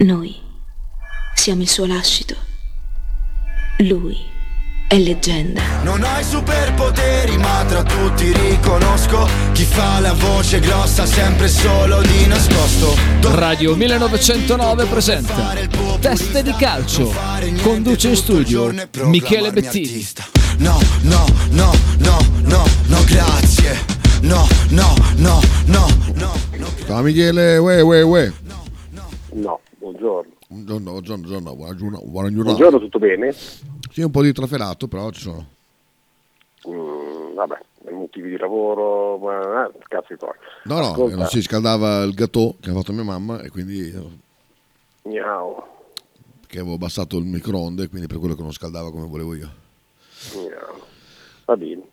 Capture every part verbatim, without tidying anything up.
Noi siamo il suo lascito. Lui è leggenda. Non ho i superpoteri, ma tra tutti riconosco chi fa la voce grossa sempre solo di nascosto. Radio millenovecentonove presenta Teste di calcio. Conduce in studio Michele Bettini. No, no, no, no, no, no, grazie. No, no, no, no, no, no. Ciao Michele, uè, uè, uè. No, buongiorno. Buongiorno, buongiorno, buongiorno, buona giornata. Buona giornata. Buongiorno, tutto bene? Sì, un po' di trafelato, però ci sono. Mm, vabbè, per motivi di lavoro, ma eh, cazzo di tuoi. No, no, Ascolta. non si scaldava il gâteau che ha fatto mia mamma e quindi Miau, che avevo abbassato il microonde, quindi per quello che non scaldava come volevo io. miau. Va bene.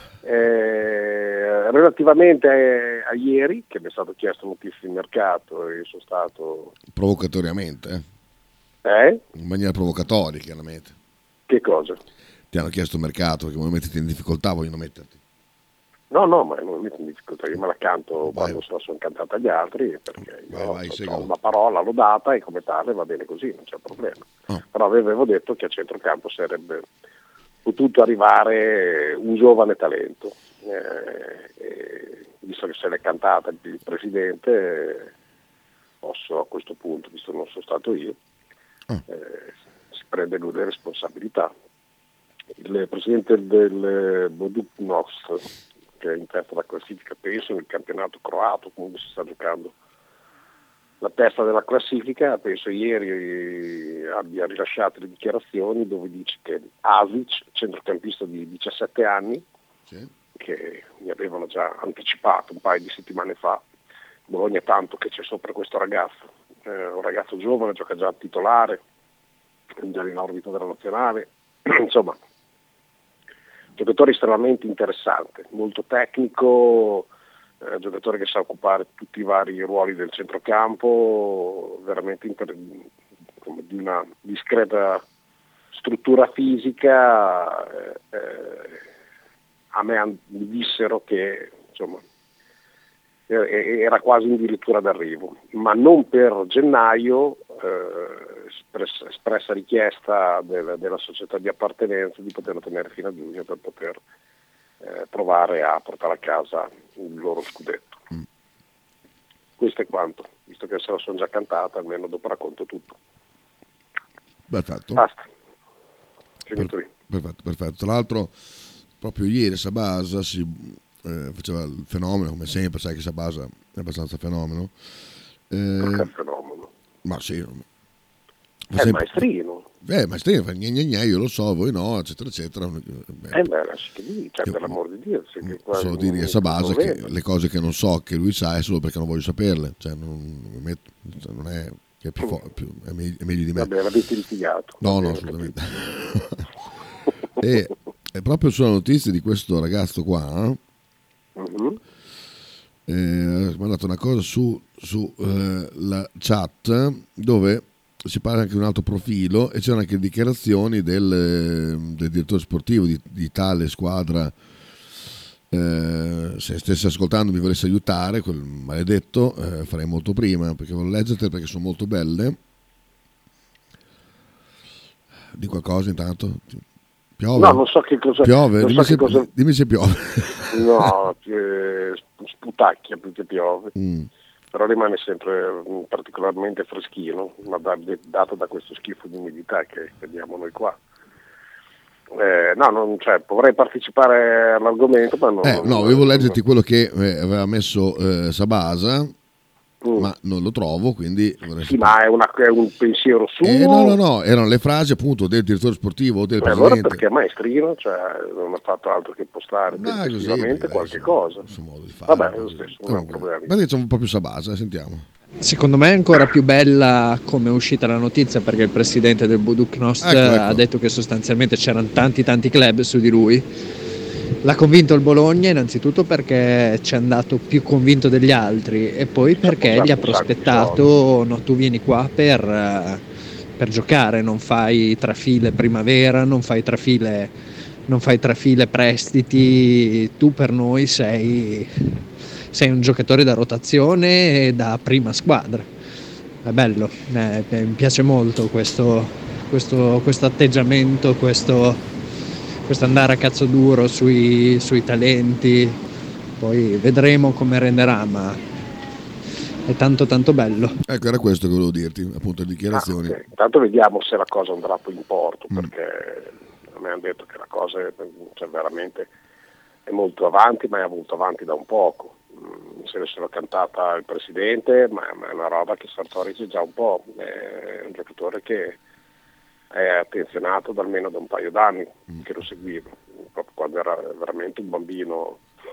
Eh, relativamente a, a ieri, che mi è stato chiesto notizie di mercato e sono stato... Provocatoriamente, eh? Eh? In maniera provocatoria, chiaramente. Che cosa? Ti hanno chiesto il mercato, perché vuoi metterti in difficoltà, vogliono metterti. No, no, ma non mi metto in difficoltà, io me la canto Vai. quando se la sono cantata agli altri, perché Vai, io vai, ho- seguilo. ho una parola, l'ho data e come tale va bene così, non c'è problema. Oh. Però avevo detto che a centrocampo sarebbe potuto arrivare un giovane talento. Eh, e visto che se l'è cantata il presidente, eh, posso a questo punto, visto che non sono stato io, Oh. eh, si prende lui le responsabilità. Il presidente del Budućnost, che è in testa alla classifica, penso nel campionato croato, comunque si sta giocando la testa della classifica, penso ieri abbia rilasciato le dichiarazioni dove dice che Asic, centrocampista di diciassette anni, Sì. che mi avevano già anticipato un paio di settimane fa, Bologna tanto che c'è sopra questo ragazzo, eh, un ragazzo giovane, gioca già titolare, è già in orbita della nazionale, insomma, giocatore estremamente interessante, molto tecnico, eh, giocatore che sa occupare tutti i vari ruoli del centrocampo, veramente inter- come di una discreta struttura fisica. eh, eh, a me an- mi dissero che insomma e- era quasi addirittura d'arrivo, ma non per gennaio, eh, espress- espressa richiesta del- della società di appartenenza di poterlo tenere fino a giugno per poter eh, provare a portare a casa il loro scudetto. Mm. Questo è quanto, visto che se la sono già cantata, almeno dopo racconto tutto. Perfetto. Basta. Finito lì. Perfetto, perfetto. Tra l'altro, proprio ieri Sabasa si eh, faceva il fenomeno, come sempre, sai che Sabasa è abbastanza fenomeno. Eh, Perché è un fenomeno. ma sì, fa È il sempre- maestrino. Eh, ma stai, fa gne gne gne, io lo so, voi no, eccetera, eccetera. Eh beh, lasci che dici, cioè, Io- per l'amor di Dio. se che qua Solo non- dire a Sabasa non che vedo. le cose che non so che lui sa è solo perché non voglio saperle, cioè non, non mi metto- cioè, non è che è, più fo- più- è, meglio, è meglio di me. Vabbè, l'avete litigato. No, Va no, bene, assolutamente. e, e proprio sulla notizia di questo ragazzo qua, Mhm. eh, ha mandato una cosa su, su eh, la chat dove si parla anche di un altro profilo e c'erano anche dichiarazioni del, eh, del direttore sportivo di, di tale squadra. Eh, se stesse ascoltando mi volesse aiutare, quel maledetto, eh, farei molto prima perché voglio leggerle perché sono molto belle. Di qualcosa intanto? Piove? No, non so che cosa. Piove? non Dimmi, so se, che cosa- dimmi se piove. No, eh, sputacchia più che piove. Mm. Però rimane sempre mm, particolarmente freschino, ma da- dato da questo schifo di umidità che vediamo noi qua. Eh, no, non, cioè, vorrei partecipare all'argomento, ma non. Eh, non- no, volevo leggerti quello che eh, aveva messo eh, Sabasa, Mm. ma non lo trovo, quindi vorrei Sì, sapere. ma è, una- è un pensiero suo. Eh, no, no, no, erano le frasi appunto del direttore sportivo o del E allora presidente. perché è maestrino, cioè non ha fatto altro che postare Ma così, tempestivamente dai, qualche insomma, cosa. il suo modo di fare, Vabbè, è lo così. stesso, non è un Comunque, problema. ma diciamo proprio Sabasa, sentiamo. Secondo me è ancora più bella come è uscita la notizia, perché il presidente del Budućnost Ecco, ecco. ha detto che sostanzialmente c'erano tanti tanti club su di lui. L'ha convinto il Bologna innanzitutto perché ci è andato più convinto degli altri e poi perché portato gli ha un sacco di prospettato no, tu vieni qua per, eh, per giocare, non fai tre file primavera, non fai tre file, non fai tre file prestiti, tu per noi sei, sei un giocatore da rotazione e da prima squadra. è bello, eh, mi piace molto questo, questo, questo atteggiamento, questo, questo andare a cazzo duro sui, sui talenti, poi vedremo come renderà, ma è tanto tanto bello. Ecco, era questo che volevo dirti, appunto, le dichiarazioni. Ah, okay. Intanto vediamo se la cosa andrà poi in porto, Mm. perché a me hanno detto che la cosa è, cioè, veramente è molto avanti, ma è molto avanti da un poco. Mm, se ne sono cantata il presidente, ma, ma è una roba che Sartori c'è già un po', è un giocatore che è attenzionato da almeno da un paio d'anni Mm. che lo seguivo, proprio quando era veramente un bambino,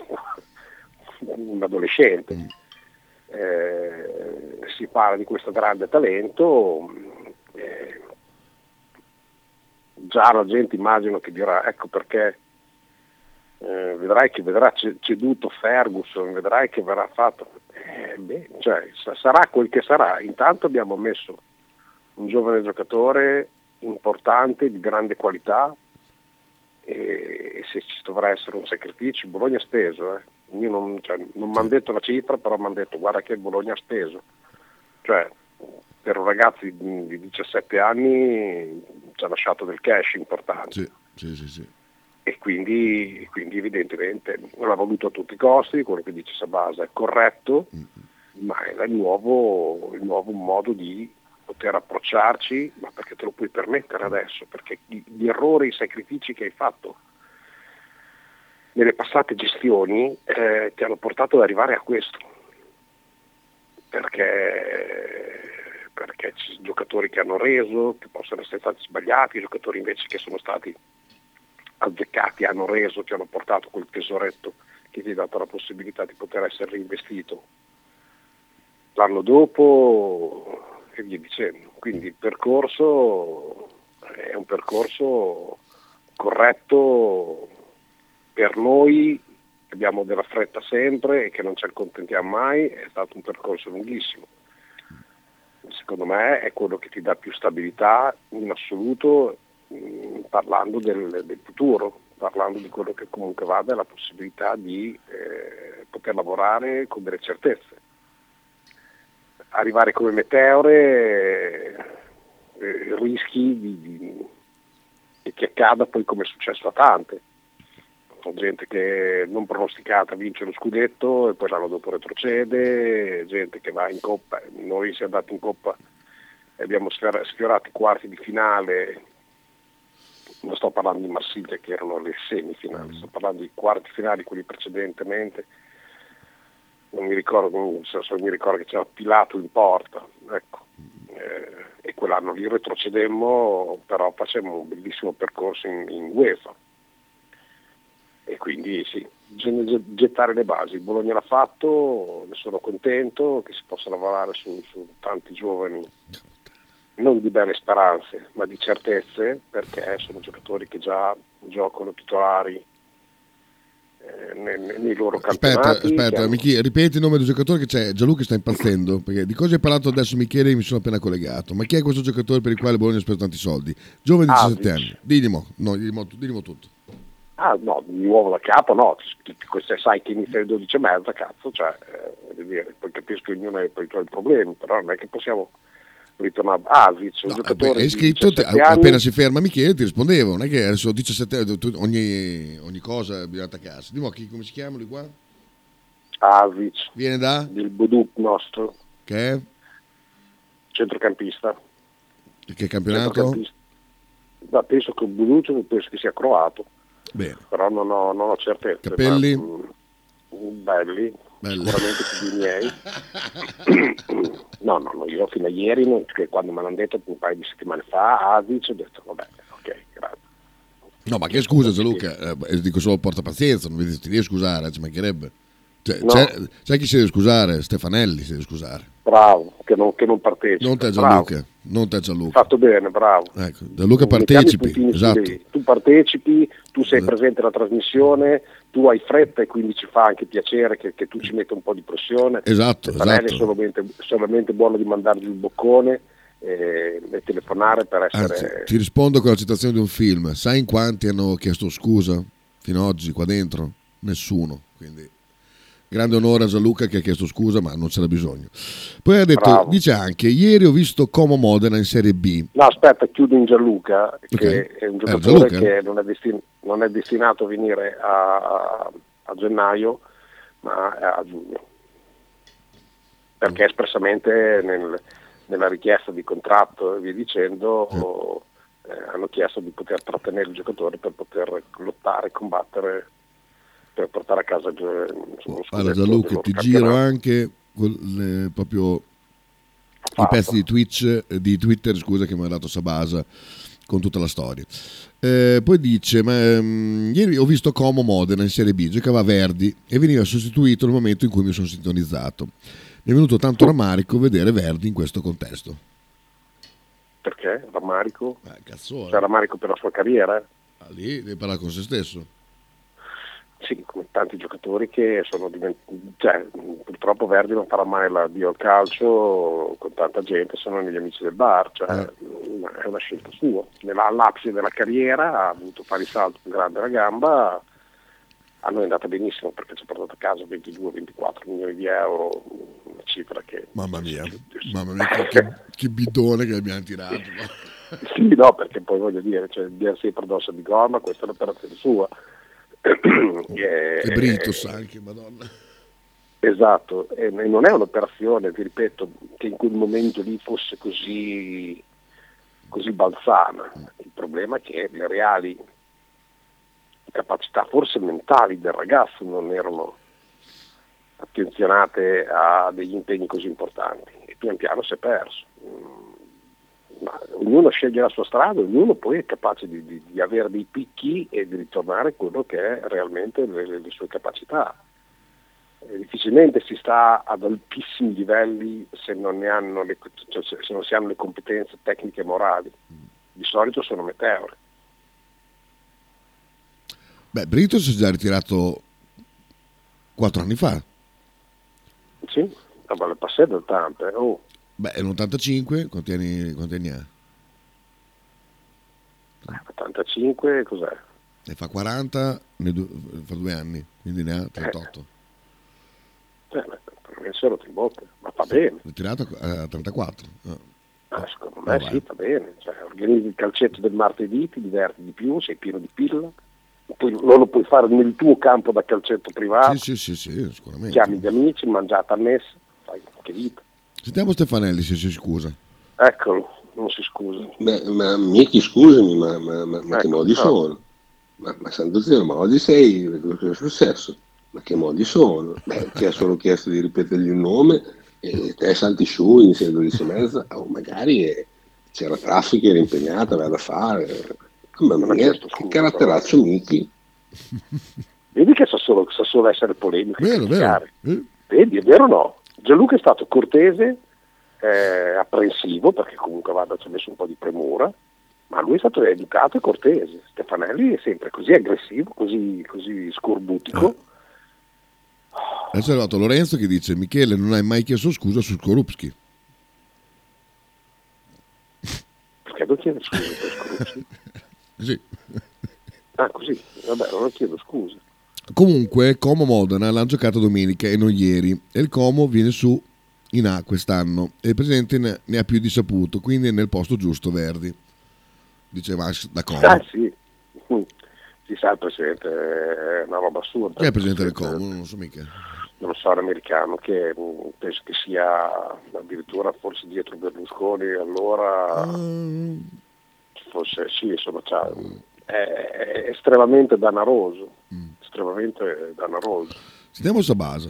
un adolescente. Mm. Eh, si parla di questo grande talento, eh, già la gente immagino che dirà ecco perché eh, vedrai che vedrà ceduto Ferguson, vedrai che verrà fatto, eh, beh, cioè, sarà quel che sarà. Intanto abbiamo messo un giovane giocatore importante, di grande qualità, e se ci dovrà essere un sacrificio, Bologna ha speso, eh. Io non, cioè, non mi hanno detto la cifra, però mi hanno detto guarda che Bologna ha speso, cioè per un ragazzo di, di diciassette anni ci ha lasciato del cash importante. Sì, sì, sì, sì. E quindi, quindi evidentemente non l'ha voluto a tutti i costi, quello che dice Sabasa è corretto, mm-hmm. ma è il nuovo, il nuovo modo di poter approcciarci, ma perché te lo puoi permettere adesso, perché gli, gli errori, i sacrifici che hai fatto nelle passate gestioni eh, ti hanno portato ad arrivare a questo, perché, perché ci sono giocatori che hanno reso, che possono essere stati sbagliati, giocatori invece che sono stati azzeccati, hanno reso, ti hanno portato quel tesoretto che ti ha dato la possibilità di poter essere reinvestito l'anno dopo e via dicendo. Quindi il percorso è un percorso corretto per noi, che abbiamo della fretta sempre e che non ci accontentiamo mai. È stato un percorso lunghissimo. Secondo me è quello che ti dà più stabilità in assoluto, mh, parlando del, del futuro, parlando di quello che comunque vada, la possibilità di eh, poter lavorare con delle certezze. Arrivare come meteore eh, rischi di, di, che accada poi come è successo a tante. Gente che non pronosticata vince lo scudetto e poi l'anno dopo retrocede, gente che va in Coppa, noi siamo andati in Coppa e abbiamo sfiorato i quarti di finale, non sto parlando di Marsiglia che erano le semifinali, sto parlando di quarti finali, quelli precedentemente, non mi ricordo, se mi ricordo che c'era Pilato in porta, ecco, eh, e quell'anno lì retrocedemmo, però facemmo un bellissimo percorso in, in UEFA. E quindi sì, bisogna gettare le basi. Il Bologna l'ha fatto, ne sono contento che si possa lavorare su, su tanti giovani, non di belle speranze, ma di certezze, perché sono giocatori che già giocano titolari eh, nei, nei loro campionati. Aspetta, aspetta, hanno... Michi, ripeti il nome del giocatore che c'è. Gianluca sta impazzendo, perché di cosa hai parlato adesso Michele? Mi sono appena collegato. Ma chi è questo giocatore per il quale Bologna ha speso tanti soldi? Giovane di diciassette anni. Diglimo, no, diglimo, diglimo tutto. Ah no, di nuovo da capo no, queste sai che inizia alle dodici e mezza, cazzo, cioè, eh, voglio dire, poi capisco che ognuno ha i suoi problemi, però non è che possiamo ritornare a Asic, un No, giocatore hai scritto, di te, anni. appena si ferma Michele ti rispondevo, non è che adesso diciassette anni, ogni, ogni cosa bisogna attaccarsi. Dimmi chi, come si chiama lui qua? Asic, Viene da? del Boduc nostro, Che è? Centrocampista. Che campionato? Ma penso che Boduc penso che sia croato. Bene. Però non ho, non ho certezza. Capelli? Ma, mh, belli, Belli. Sicuramente più dei miei. no, no, no, io fino a ieri, non, che quando me l'hanno detto un paio di settimane fa, Asic, ho detto vabbè, ok, grazie. No, ma che scusa Gianluca, eh, dico solo porta pazienza, non ti devi scusare, ci mancherebbe. Cioè, No. c'è, c'è chi si deve scusare? Stefanelli si deve scusare. Bravo, che non, che non partecipa. Non te bravo. Gianluca, non te Gianluca. Fatto bene, bravo. Ecco, Gianluca Mettiamo i partecipi, puntini su esatto. dei. Tu partecipi, tu sei Esatto. presente alla trasmissione, tu hai fretta e quindi ci fa anche piacere che, che tu ci metta un po' di pressione. Esatto, Stefanelli esatto. è solamente, solamente buono di mandargli il boccone e, e telefonare per essere... Anzi, ti rispondo con la citazione di un film. Sai in quanti hanno chiesto scusa fino ad oggi qua dentro? Nessuno. Quindi grande onore a Gianluca che ha chiesto scusa, ma non c'era bisogno. Poi ha detto, Bravo. dice anche, ieri ho visto Como Modena in Serie B. No, aspetta, chiudo in Gianluca, che Ok. è un Eh, giocatore Gianluca? che non è, destin- non è destinato a venire a, a gennaio, ma a giugno. Perché espressamente nel- nella richiesta di contratto e via dicendo eh, hanno chiesto di poter trattenere il giocatore per poter lottare, combattere, per portare a casa il, insomma, lo Allora scudetto Gianluca, del loro ti giro campionato. anche quel- le- proprio i Fatto. pezzi di Twitch, eh, di Twitter, scusa, che mi ha dato Sabasa con tutta la storia. Eh, poi dice, ma, ehm, ieri ho visto Como Modena in Serie B, giocava a Verdi e veniva sostituito nel momento in cui mi sono sintonizzato. Mi è venuto tanto rammarico vedere Verdi in questo contesto. Perché? Rammarico? Eh, cazzo, C'è rammarico per la sua carriera? ah, lì devi parlare con se stesso. Sì, come tanti giocatori che sono diventati, cioè, purtroppo Verdi non farà mai l'addio al calcio con tanta gente, sono negli amici del bar, cioè, Eh. è una scelta sua. All'apice della carriera ha voluto fare il salto più grande alla gamba, a noi è andata benissimo perché ci ha portato a casa ventidue ventiquattro milioni di euro, una cifra che... Mamma mia, mamma mia, che, che, che bidone che abbiamo tirato. Sì, no, perché poi voglio dire, cioè, viene sempre addosso di gol, ma questa è un'operazione sua. E Britos anche, madonna. Esatto, e non è un'operazione, ti ripeto, che in quel momento lì fosse così, così balzana. Il problema è che le reali capacità, forse mentali, del ragazzo non erano attenzionate a degli impegni così importanti e pian piano si è perso. Ma ognuno sceglie la sua strada, ognuno poi è capace di, di, di avere dei picchi e di ritornare a quello che è realmente le, le sue capacità. Eh, difficilmente si sta ad altissimi livelli se non, ne hanno le, cioè se non si hanno le competenze tecniche e morali. Di solito sono meteore. Beh, Britos si è già ritirato quattro anni fa. Sì, ma le passate del tante. Oh. Beh, è un ottantacinque, quanti anni, quanti anni ha? ottantacinque, cos'è? Ne fa quaranta, ne du- fa due anni, quindi ne ha trentotto. Eh, non è solo in bocca, ma fa bene. Ritirato a trentaquattro. Ah. Ah, secondo me Oh, sì, va bene. Cioè, organizzi il calcetto del martedì, ti diverti di più, sei pieno di pilla. Poi non lo puoi fare nel tuo campo da calcetto privato. Sì, sì, sì, sì, sicuramente. Chiami gli amici, mangiata a messa, fai che vita. Sentiamo Stefanelli se si scusa. Eccolo, non si scusa. Beh, ma Michi, scusami, ma, ma, ma, ma che Ecco, modi no. sono? Ma, ma Santo Zero, ma oggi sei, cosa è successo? Ma che modi sono? Beh, ti ha solo chiesto di ripetergli un nome e te salti su inizia alle dodici e mezza, o magari eh, c'era traffico, era impegnata, aveva da fare. Mamma Non ha mia, chiesto che scusa, caratteraccio Michi. Vedi che sa solo, sa solo essere polemico. e Vero, vero. criticare. Eh? Vedi, è vero o no? Gianluca è stato cortese, eh, apprensivo, perché comunque Vada ci ha messo un po' di premura, ma lui è stato educato e cortese. Stefanelli è sempre così aggressivo, così, così scorbutico. Eh. Adesso è arrivato Lorenzo che dice: Michele, non hai mai chiesto scusa su Skorupski. Perché non chiedo scusa per Skorupski? Sì. Ah, così? Vabbè, non chiedo scusa. Comunque, Como Modena l'hanno giocata domenica e non ieri. E il Como viene su in A quest'anno. E il presidente ne ne ha più di saputo, quindi è nel posto giusto Verdi. Dice Max da Como. Ah, sì. Si sa, il presidente è una roba assurda. Chi è il presidente del Como? Non lo so mica. Non so, americano, che mh, penso che sia addirittura forse dietro Berlusconi, allora Ah, forse sì, insomma, c'ha, è, è estremamente danaroso, estremamente danaroso. sentiamo Sabasa.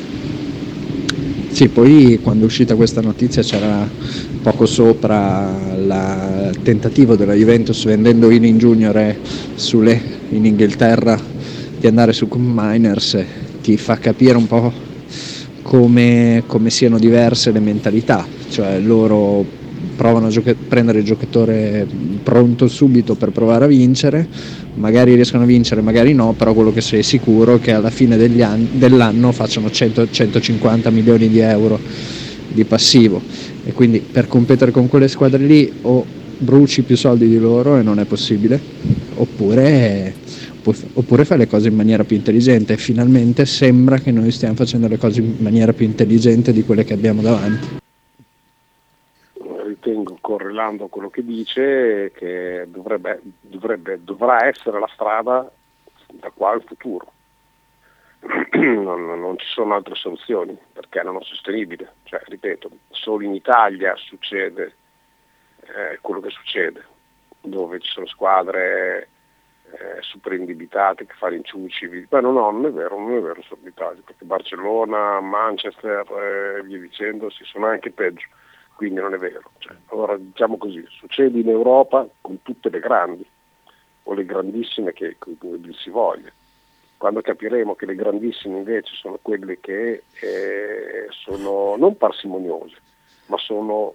Sì, poi quando è uscita questa notizia c'era poco sopra la- il tentativo della Juventus vendendo in Junior Sule in Inghilterra di andare su Miners, ti fa capire un po' come, come siano diverse le mentalità, cioè loro provano a gioca- prendere il giocatore pronto subito per provare a vincere, magari riescono a vincere, magari no, però quello che sei sicuro è che alla fine degli anni, dell'anno facciano cento centocinquanta milioni di euro di passivo e quindi per competere con quelle squadre lì o bruci più soldi di loro e non è possibile, oppure, oppure oppure fai le cose in maniera più intelligente, e finalmente sembra che noi stiamo facendo le cose in maniera più intelligente di quelle che abbiamo davanti. Ritengo, correlando a quello che dice, che dovrebbe, dovrebbe, dovrà essere la strada da qua al futuro. Non, non ci sono altre soluzioni, perché non è sostenibile. Cioè, ripeto, solo in Italia succede eh, quello che succede, dove ci sono squadre eh, super indebitate che fanno inciuci. Beh, no, no, non è vero, non è vero solo in Italia, perché Barcellona, Manchester e eh, via dicendo si sono anche peggio, quindi non è vero. Cioè, allora diciamo così, succede in Europa con tutte le grandi o le grandissime che come si voglia. Quando capiremo che le grandissime invece sono quelle che eh, sono non parsimoniose, ma sono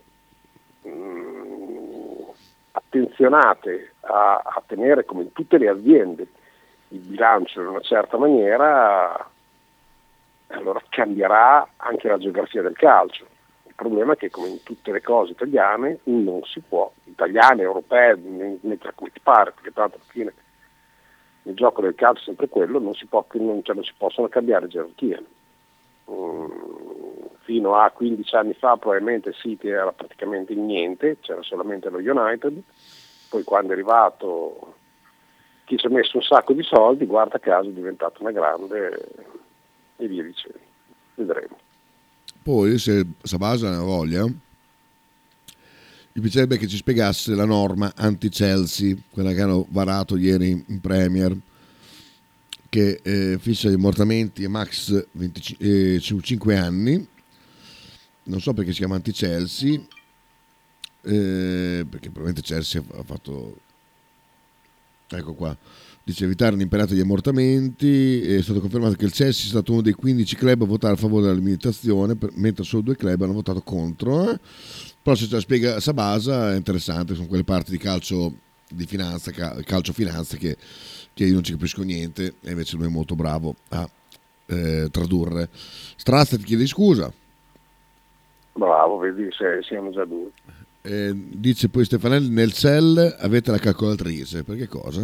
mh, attenzionate a, a tenere, come in tutte le aziende, il bilancio in una certa maniera, allora cambierà anche la geografia del calcio. Il problema è che, come in tutte le cose italiane, non si può, italiane, europee, mentre come ti pare, perché tanto alla fine il gioco del calcio è sempre quello, non si, può, non, cioè non si possono cambiare gerarchie. Mm, fino a quindici anni fa probabilmente sì, che era praticamente niente, c'era solamente lo United, poi quando è arrivato chi ci ha messo un sacco di soldi, guarda caso è diventato una grande e via dicendo. Vedremo. Poi se Sabasa ne ha voglia, mi piacerebbe che ci spiegasse la norma anti-Chelsea, quella che hanno varato ieri in Premier, che eh, fissa gli ammortamenti a max venticinque anni. Non so perché si chiama anti-Chelsea, eh, perché probabilmente Chelsea ha fatto, ecco qua, dice evitare l'imperato degli ammortamenti. È stato confermato che il Chelsea è stato uno dei quindici club a votare a favore della limitazione, per, mentre solo due club hanno votato contro. Eh? Però se ce la spiega Sabasa è interessante, sono quelle parti di calcio di finanza, calcio finanza che, che io non ci capisco niente, e invece lui è molto bravo a eh, tradurre. Strazza ti chiede scusa. Bravo, vedi, se, siamo già due. Eh, dice poi Stefanelli, nel cell avete la calcolatrice, per che cosa?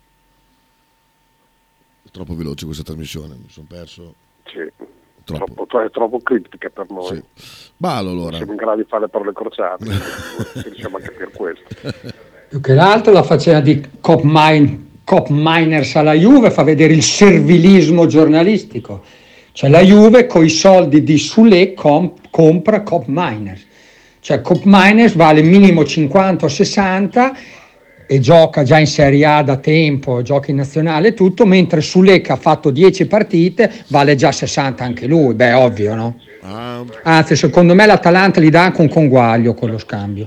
È troppo veloce questa trasmissione, mi sono perso. Sì. Troppo. Troppo, è troppo criptica per noi. Sì. Ballo allora. Siamo in grado di fare le parole crociate, riusciamo a capire questo. Più che l'altro la faccenda di Cop, Mine, Cop Miners alla Juve fa vedere il servilismo giornalistico. Cioè la Juve con i soldi di Sule comp, compra Cop Miners. Cioè Cop Miners vale minimo cinquanta o sessanta e gioca già in Serie A da tempo, gioca in nazionale e tutto, mentre Sule, che ha fatto dieci partite, vale già sessanta anche lui. Beh, ovvio, no? Ah. Anzi, secondo me l'Atalanta gli dà anche un conguaglio con lo scambio.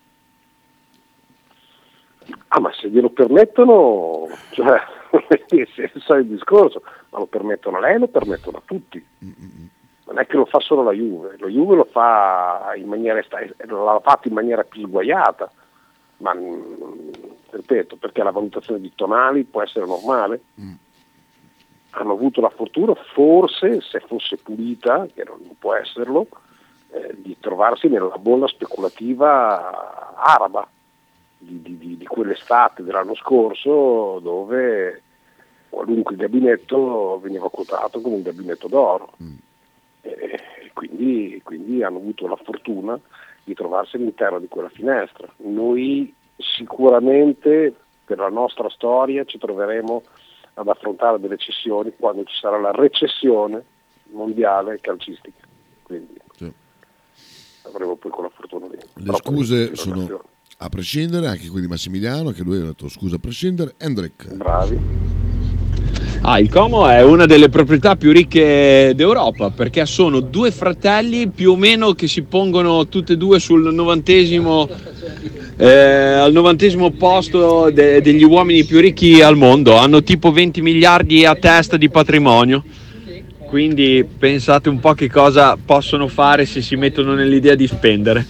Ah, ma se glielo permettono, cioè, se sai il discorso, ma lo permettono a lei, lo permettono a tutti. Non è che lo fa solo la Juve, la Juve lo fa in maniera, l'ha fatto in maniera più sguaiata, ma ripeto, perché la valutazione di Tonali può essere normale. Mm. Hanno avuto la fortuna, forse, se fosse pulita, che non può esserlo, eh, di trovarsi nella bolla speculativa araba di, di, di, di quell'estate dell'anno scorso, dove qualunque gabinetto veniva quotato come un gabinetto d'oro. Mm. E quindi, quindi hanno avuto la fortuna di trovarsi all'interno di quella finestra. Noi sicuramente per la nostra storia ci troveremo ad affrontare delle recessioni quando ci sarà la recessione mondiale calcistica, quindi sì. Avremo poi quella fortuna lì. Le Però scuse sono a prescindere, anche quelli di Massimiliano, che lui ha detto scusa a prescindere. Hendrik. Bravi. Ah, il Como è una delle proprietà più ricche d'Europa, perché sono due fratelli più o meno che si pongono tutte e due sul novantesimo, eh, al novantesimo posto de- degli uomini più ricchi al mondo. Hanno tipo venti miliardi a testa di patrimonio, quindi pensate un po' che cosa possono fare se si mettono nell'idea di spendere.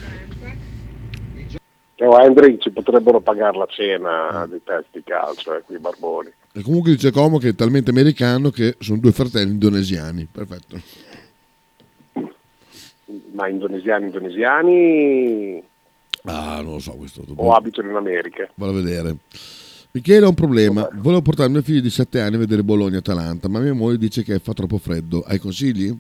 Ciao Hendrik, ci potrebbero pagare la cena dei test di calcio, eh, qui Barboni. E comunque dice Como che è talmente americano che sono due fratelli indonesiani. Perfetto. Ma indonesiani indonesiani ah non lo so questo o abitano in America? Vado a vedere. Michele, ho un problema. Volevo portare mio figlio di sette anni a vedere Bologna-Atalanta, ma mia moglie dice che fa troppo freddo. Hai consigli?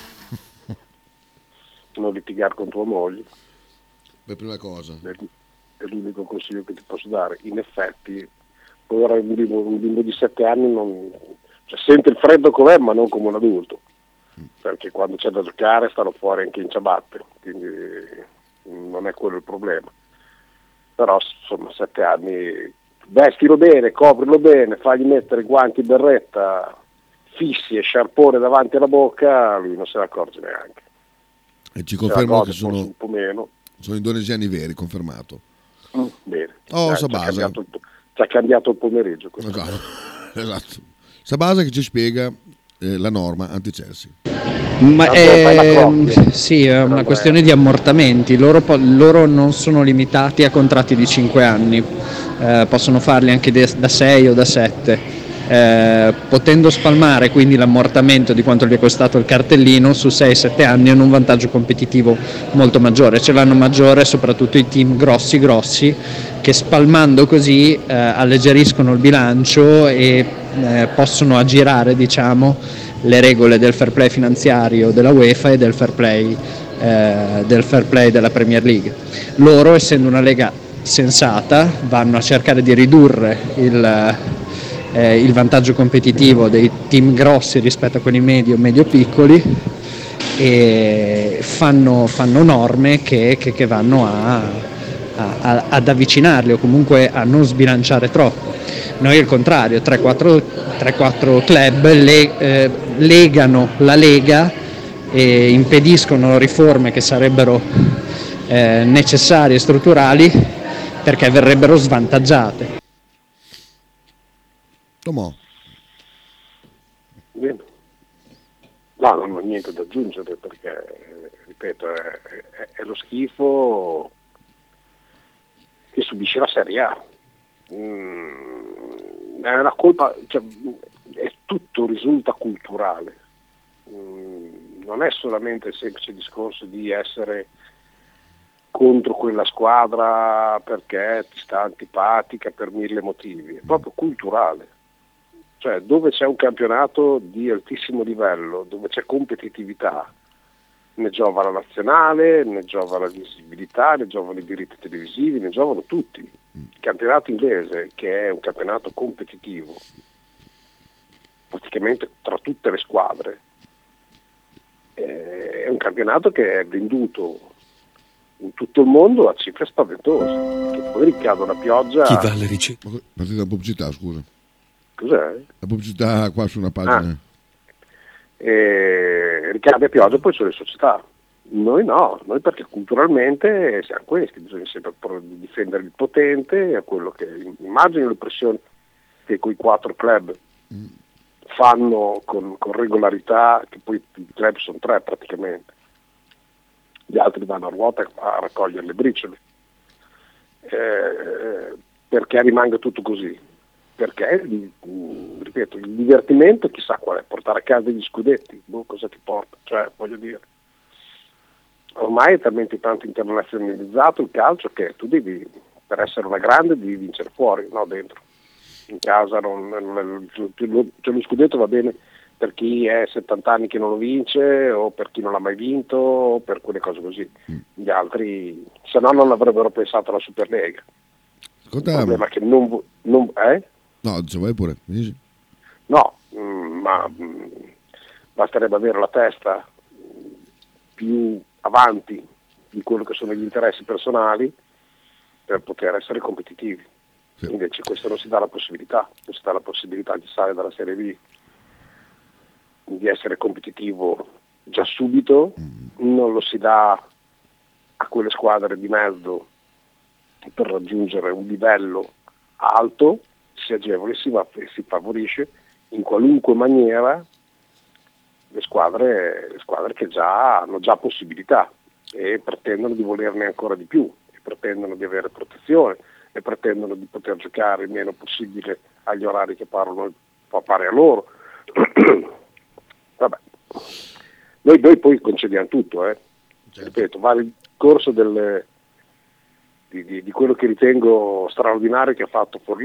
Non litigare con tua moglie. Per prima cosa. È l'unico consiglio che ti posso dare. In effetti, ora un bimbo, un bimbo di sette anni non, cioè, sente il freddo com'è, ma non come un adulto. Perché quando c'è da giocare stanno fuori anche in ciabatte, quindi non è quello il problema. Però insomma sette anni, vestilo bene, coprilo bene, fagli mettere guanti, berretta, fissi e sciarpone davanti alla bocca, lui non se ne accorge neanche. E ci confermano che sono, un po' meno. sono indonesiani veri, confermato. Mm, bene. Oh, Dai, Sabasa. Ci ha cambiato, ci ha cambiato il pomeriggio. Esatto. esatto. Sabasa che ci spiega eh, la norma anti-Chelsea. Ma è, sì, è una questione di ammortamenti. Loro, po- loro non sono limitati a contratti di cinque anni, eh, possono farli anche de- da sei o da sette. Eh, potendo spalmare quindi l'ammortamento di quanto gli è costato il cartellino su sei sette anni hanno un vantaggio competitivo molto maggiore. Ce l'hanno maggiore soprattutto i team grossi grossi che spalmando così eh, alleggeriscono il bilancio e eh, possono aggirare, diciamo, le regole del fair play finanziario della UEFA e del fair play eh, del fair play della Premier League. Loro, essendo una lega sensata, vanno a cercare di ridurre il Eh, il vantaggio competitivo dei team grossi rispetto a quelli medio medio piccoli e fanno, fanno norme che, che, che vanno a, a, ad avvicinarli o comunque a non sbilanciare troppo. Noi al contrario, tre quattro club le, eh, legano la Lega e impediscono riforme che sarebbero eh, necessarie e strutturali perché verrebbero svantaggiate. Tomò. Bene. No, non ho niente da aggiungere perché, ripeto, è, è, è lo schifo che subisce la Serie A. Mm, è una colpa, cioè, è tutto risulta culturale. Mm, non è solamente il semplice discorso di essere contro quella squadra perché ti sta antipatica per mille motivi, è proprio culturale. Cioè, dove c'è un campionato di altissimo livello, dove c'è competitività, ne giova la nazionale, ne giova la visibilità, ne giovano i diritti televisivi, ne giovano tutti. Il campionato inglese, che è un campionato competitivo, praticamente tra tutte le squadre, è un campionato che è venduto in tutto il mondo a cifre spaventose, che poi ricadono a pioggia. Chi va alle ricerche? Partita la pubblicità, scusa. Cos'è? La pubblicità qua su una pagina. Ah. E ricade a pioggia poi sulle società. Noi no, noi perché culturalmente siamo questi, bisogna sempre difendere il potente, è quello che immagino le pressioni che quei quattro club mm. fanno con, con regolarità, che poi i club sono tre praticamente, gli altri vanno a ruota a raccogliere le briciole, eh, perché rimanga tutto così. Perché, ripeto, il divertimento chissà qual è, portare a casa gli scudetti, boh, cosa ti porta, cioè voglio dire, ormai è talmente tanto internazionalizzato il calcio che tu devi, per essere una grande devi vincere fuori, no dentro, in casa non, non, cioè lo scudetto va bene per chi è settanta anni che non lo vince o per chi non l'ha mai vinto o per quelle cose così, gli altri se no non avrebbero pensato alla Superlega. Ascolta, il problema è che non, non eh? No, se vuoi pure. No, mh, ma mh, basterebbe avere la testa più avanti di quello che sono gli interessi personali per poter essere competitivi. Sì. Invece questo non si dà la possibilità, non si dà la possibilità di stare dalla Serie B, di essere competitivo già subito, mm. non lo si dà a quelle squadre di mezzo per raggiungere un livello alto, si agevoli, si, va, si favorisce in qualunque maniera le squadre, le squadre che già hanno già possibilità e pretendono di volerne ancora di più, e pretendono di avere protezione e pretendono di poter giocare il meno possibile agli orari che parlano, pare a loro. Vabbè. Noi, noi poi concediamo tutto, eh. Certo. Ripeto, va il corso del, di, di, di quello che ritengo straordinario che ha fatto Forlì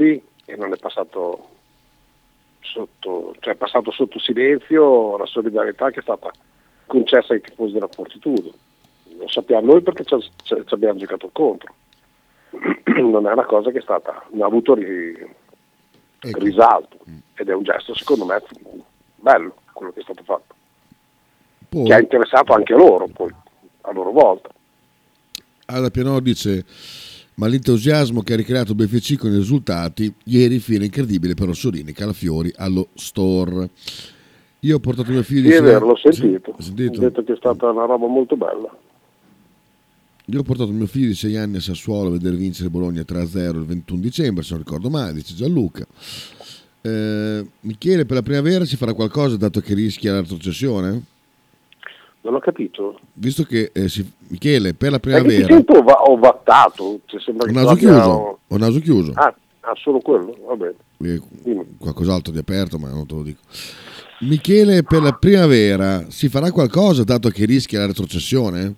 e non è passato sotto, cioè è passato sotto silenzio la solidarietà che è stata concessa ai tifosi della Fortitudo. Lo sappiamo noi perché ci, ci, ci abbiamo giocato contro. Non è una cosa che è stata, non ha avuto ri, ecco. risalto, ed è un gesto secondo me bello quello che è stato fatto, Poi, che ha interessato anche loro poi a loro volta. Alla Pianò dice: ma l'entusiasmo che ha ricreato B F C con i risultati ieri, fine incredibile per Orsolini, Calafiori allo Store. Io ho portato mio figlio Sì, è di vero, l'ho sentito. Sì, sentito. Ho detto che è stata una roba molto bella. Io ho portato mio figlio di sei anni a Sassuolo a vedere vincere Bologna tre a zero il ventuno dicembre, se non ricordo male, dice Gianluca. Eh, Michele, per la primavera si farà qualcosa dato che rischia la retrocessione? Non ho capito. Visto che eh, si... Michele, per la È che ti primavera... sento ova- ovattato. Cioè, sembra Ho che naso tu abbia- chiuso, ho naso chiuso. Ah, ah, solo quello? Va bene. Eh, qualcos'altro di aperto, ma non te lo dico. Michele, per la primavera si farà qualcosa dato che rischia la retrocessione?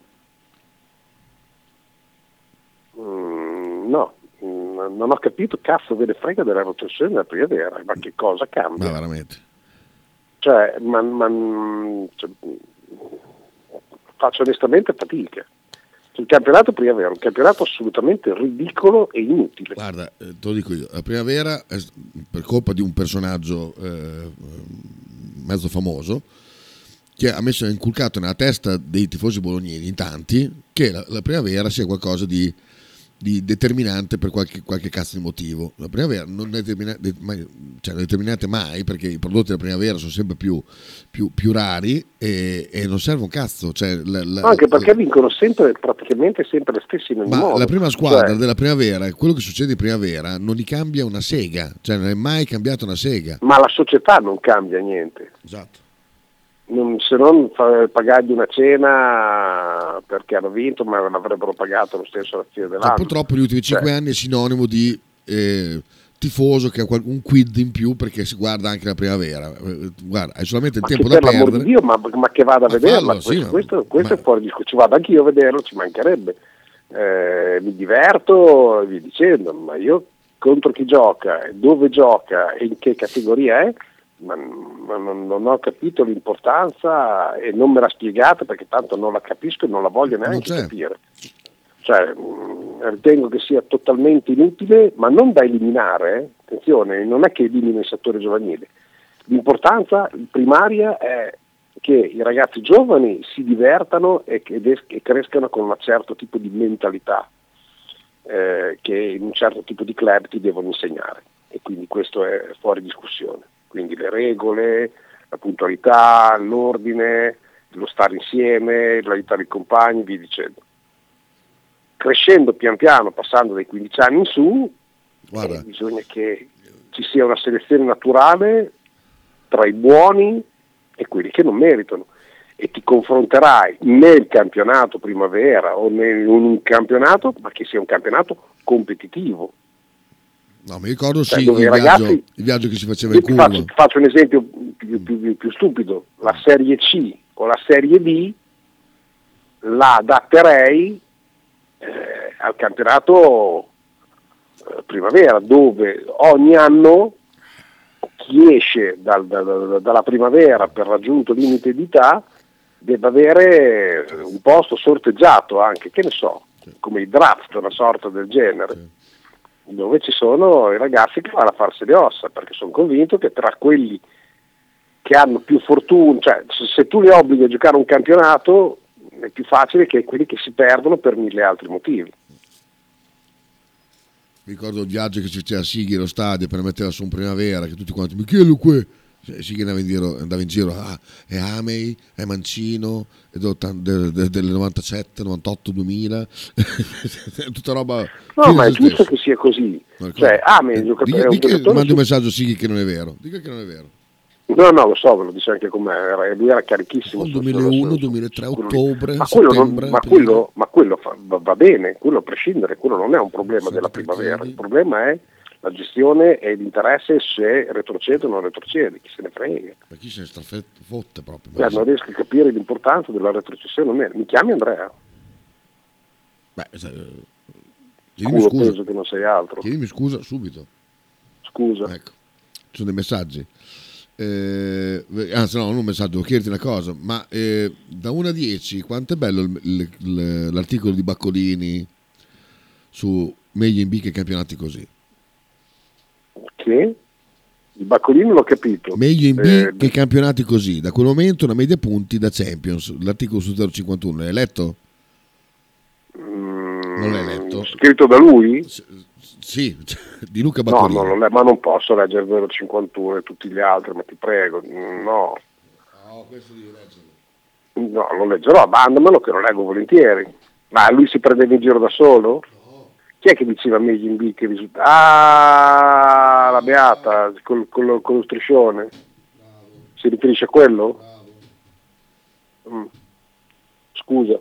Mm, no, mm, non ho capito, cazzo ve ne frega della retrocessione della primavera, ma che cosa cambia? Ma veramente. Cioè, ma, ma, cioè, faccio onestamente fatica. Il campionato primavera è un campionato assolutamente ridicolo e inutile. Guarda, eh, te lo dico io, la primavera è, per colpa di un personaggio eh, mezzo famoso che ha messo, ha inculcato nella testa dei tifosi bolognesi, in tanti, che la, la primavera sia qualcosa di, di determinante per qualche, qualche cazzo di motivo. La primavera non è determinante mai, cioè non è determinante mai, perché i prodotti della primavera sono sempre più, più, più rari e, e non serve un cazzo. Cioè, la, la, anche perché vincono sempre, praticamente sempre le stesse in ogni ma modo. la prima squadra Cioè, della primavera, quello che succede in primavera non gli cambia una sega, cioè non è mai cambiata una sega. ma la società non cambia niente. Esatto. Non, se non fa, pagargli una cena perché hanno vinto, ma l'avrebbero pagato lo stesso alla fine dell'anno. Ma purtroppo negli ultimi cinque Cioè, anni è sinonimo di eh, tifoso che ha qual- un quid in più perché si guarda anche la primavera. Eh, guarda, hai solamente il ma tempo che da per l'amor perdere. di Dio, ma, ma che vada a Ma vederla, fallo, questo, sì, ma- questo, questo ma- è fuori discussione. Ci vado anch'io a vederlo, ci mancherebbe. Eh, mi diverto e via dicendo, ma io contro chi gioca, dove gioca e in che categoria è, ma, ma non, non ho capito l'importanza e non me l'ha spiegata perché tanto non la capisco e non la voglio neanche c'è. capire. Cioè, mh, ritengo che sia totalmente inutile, ma non da eliminare, eh. Attenzione, non è che elimina il settore giovanile. L'importanza primaria è che i ragazzi giovani si divertano e che, che crescano con un certo tipo di mentalità eh, che in un certo tipo di club ti devono insegnare, e quindi questo è fuori discussione. Quindi le regole, la puntualità, l'ordine, lo stare insieme, l'aiutare i compagni, via dicendo. Crescendo pian piano, passando dai quindici anni in su, eh, bisogna che ci sia una selezione naturale tra i buoni e quelli che non meritano, e ti confronterai nel campionato primavera o in un campionato, ma che sia un campionato competitivo. No, mi ricordo Cioè, sì, dove il, i ragazzi, viaggio, il viaggio che si faceva io in ti curva. faccio, ti faccio un esempio più, più, più, più stupido: la Serie C o la Serie B la adatterei eh, al campionato eh, primavera, dove ogni anno chi esce dal, da, da, dalla primavera per raggiunto limite di età deve avere un posto sorteggiato, anche, che ne so, come i draft, una sorta del genere, dove ci sono i ragazzi che vanno a farsi le ossa, perché sono convinto che tra quelli che hanno più fortuna, cioè se tu li obblighi a giocare un campionato è più facile che quelli che si perdono per mille altri motivi. Mi ricordo il viaggio che ci faceva Sighi allo stadio per metterla su in primavera, che tutti quanti, Michele qui, Sighi andava in giro, andava in giro ah, è Amei, è Mancino, è del, del, del novantasette, novantotto, duemila, tutta roba. No, ma è giusto che sia così. Cioè, Amei, eh, dica, è un dica, giocatore mandi su... un messaggio a Sighi che non è vero, dica che non è vero. No, no, lo so, ve lo dice anche con me, era, lui era carichissimo. Nel duemilauno, duemilatré, ottobre, ma quello, settembre. non, ma quello, ma quello fa, va, va bene, quello a prescindere, quello non è un problema della primavera, il problema è la gestione e l'interesse se retrocede o non retrocede, chi se ne frega. Ma chi se ne strafotte proprio? Cioè, non riesco a capire l'importanza della retrocessione. Mi chiami Andrea? Beh, chiedimi Culo scusa. peso che non sei altro. Chiedimi scusa subito. scusa. Ecco, ci sono dei messaggi. Eh, anzi no, non un messaggio, devo chiederti una cosa, ma eh, da uno a dieci quanto è bello il- il- il- l'articolo di Baccolini su meglio in B che campionati così? Che? Il Baccolini l'ho capito. Meglio in B Eh, che campionati così, da quel momento una media punti da Champions, l'articolo su zero cinquantuno, l'hai letto? Non l'hai letto? Scritto da lui? Sì, di Luca No, Baccolini. no, non è- ma non posso leggere zero virgola cinquantuno e tutti gli altri, ma ti prego, no. No, questo devi leggerlo. No, lo leggerò, mandamelo che lo leggo volentieri. Ma lui si prendeva in giro da solo? Chi è che diceva meglio in B che risulta? Ah, la Beata, col, col- con lo striscione. Si riferisce a quello? Mm. Scusa.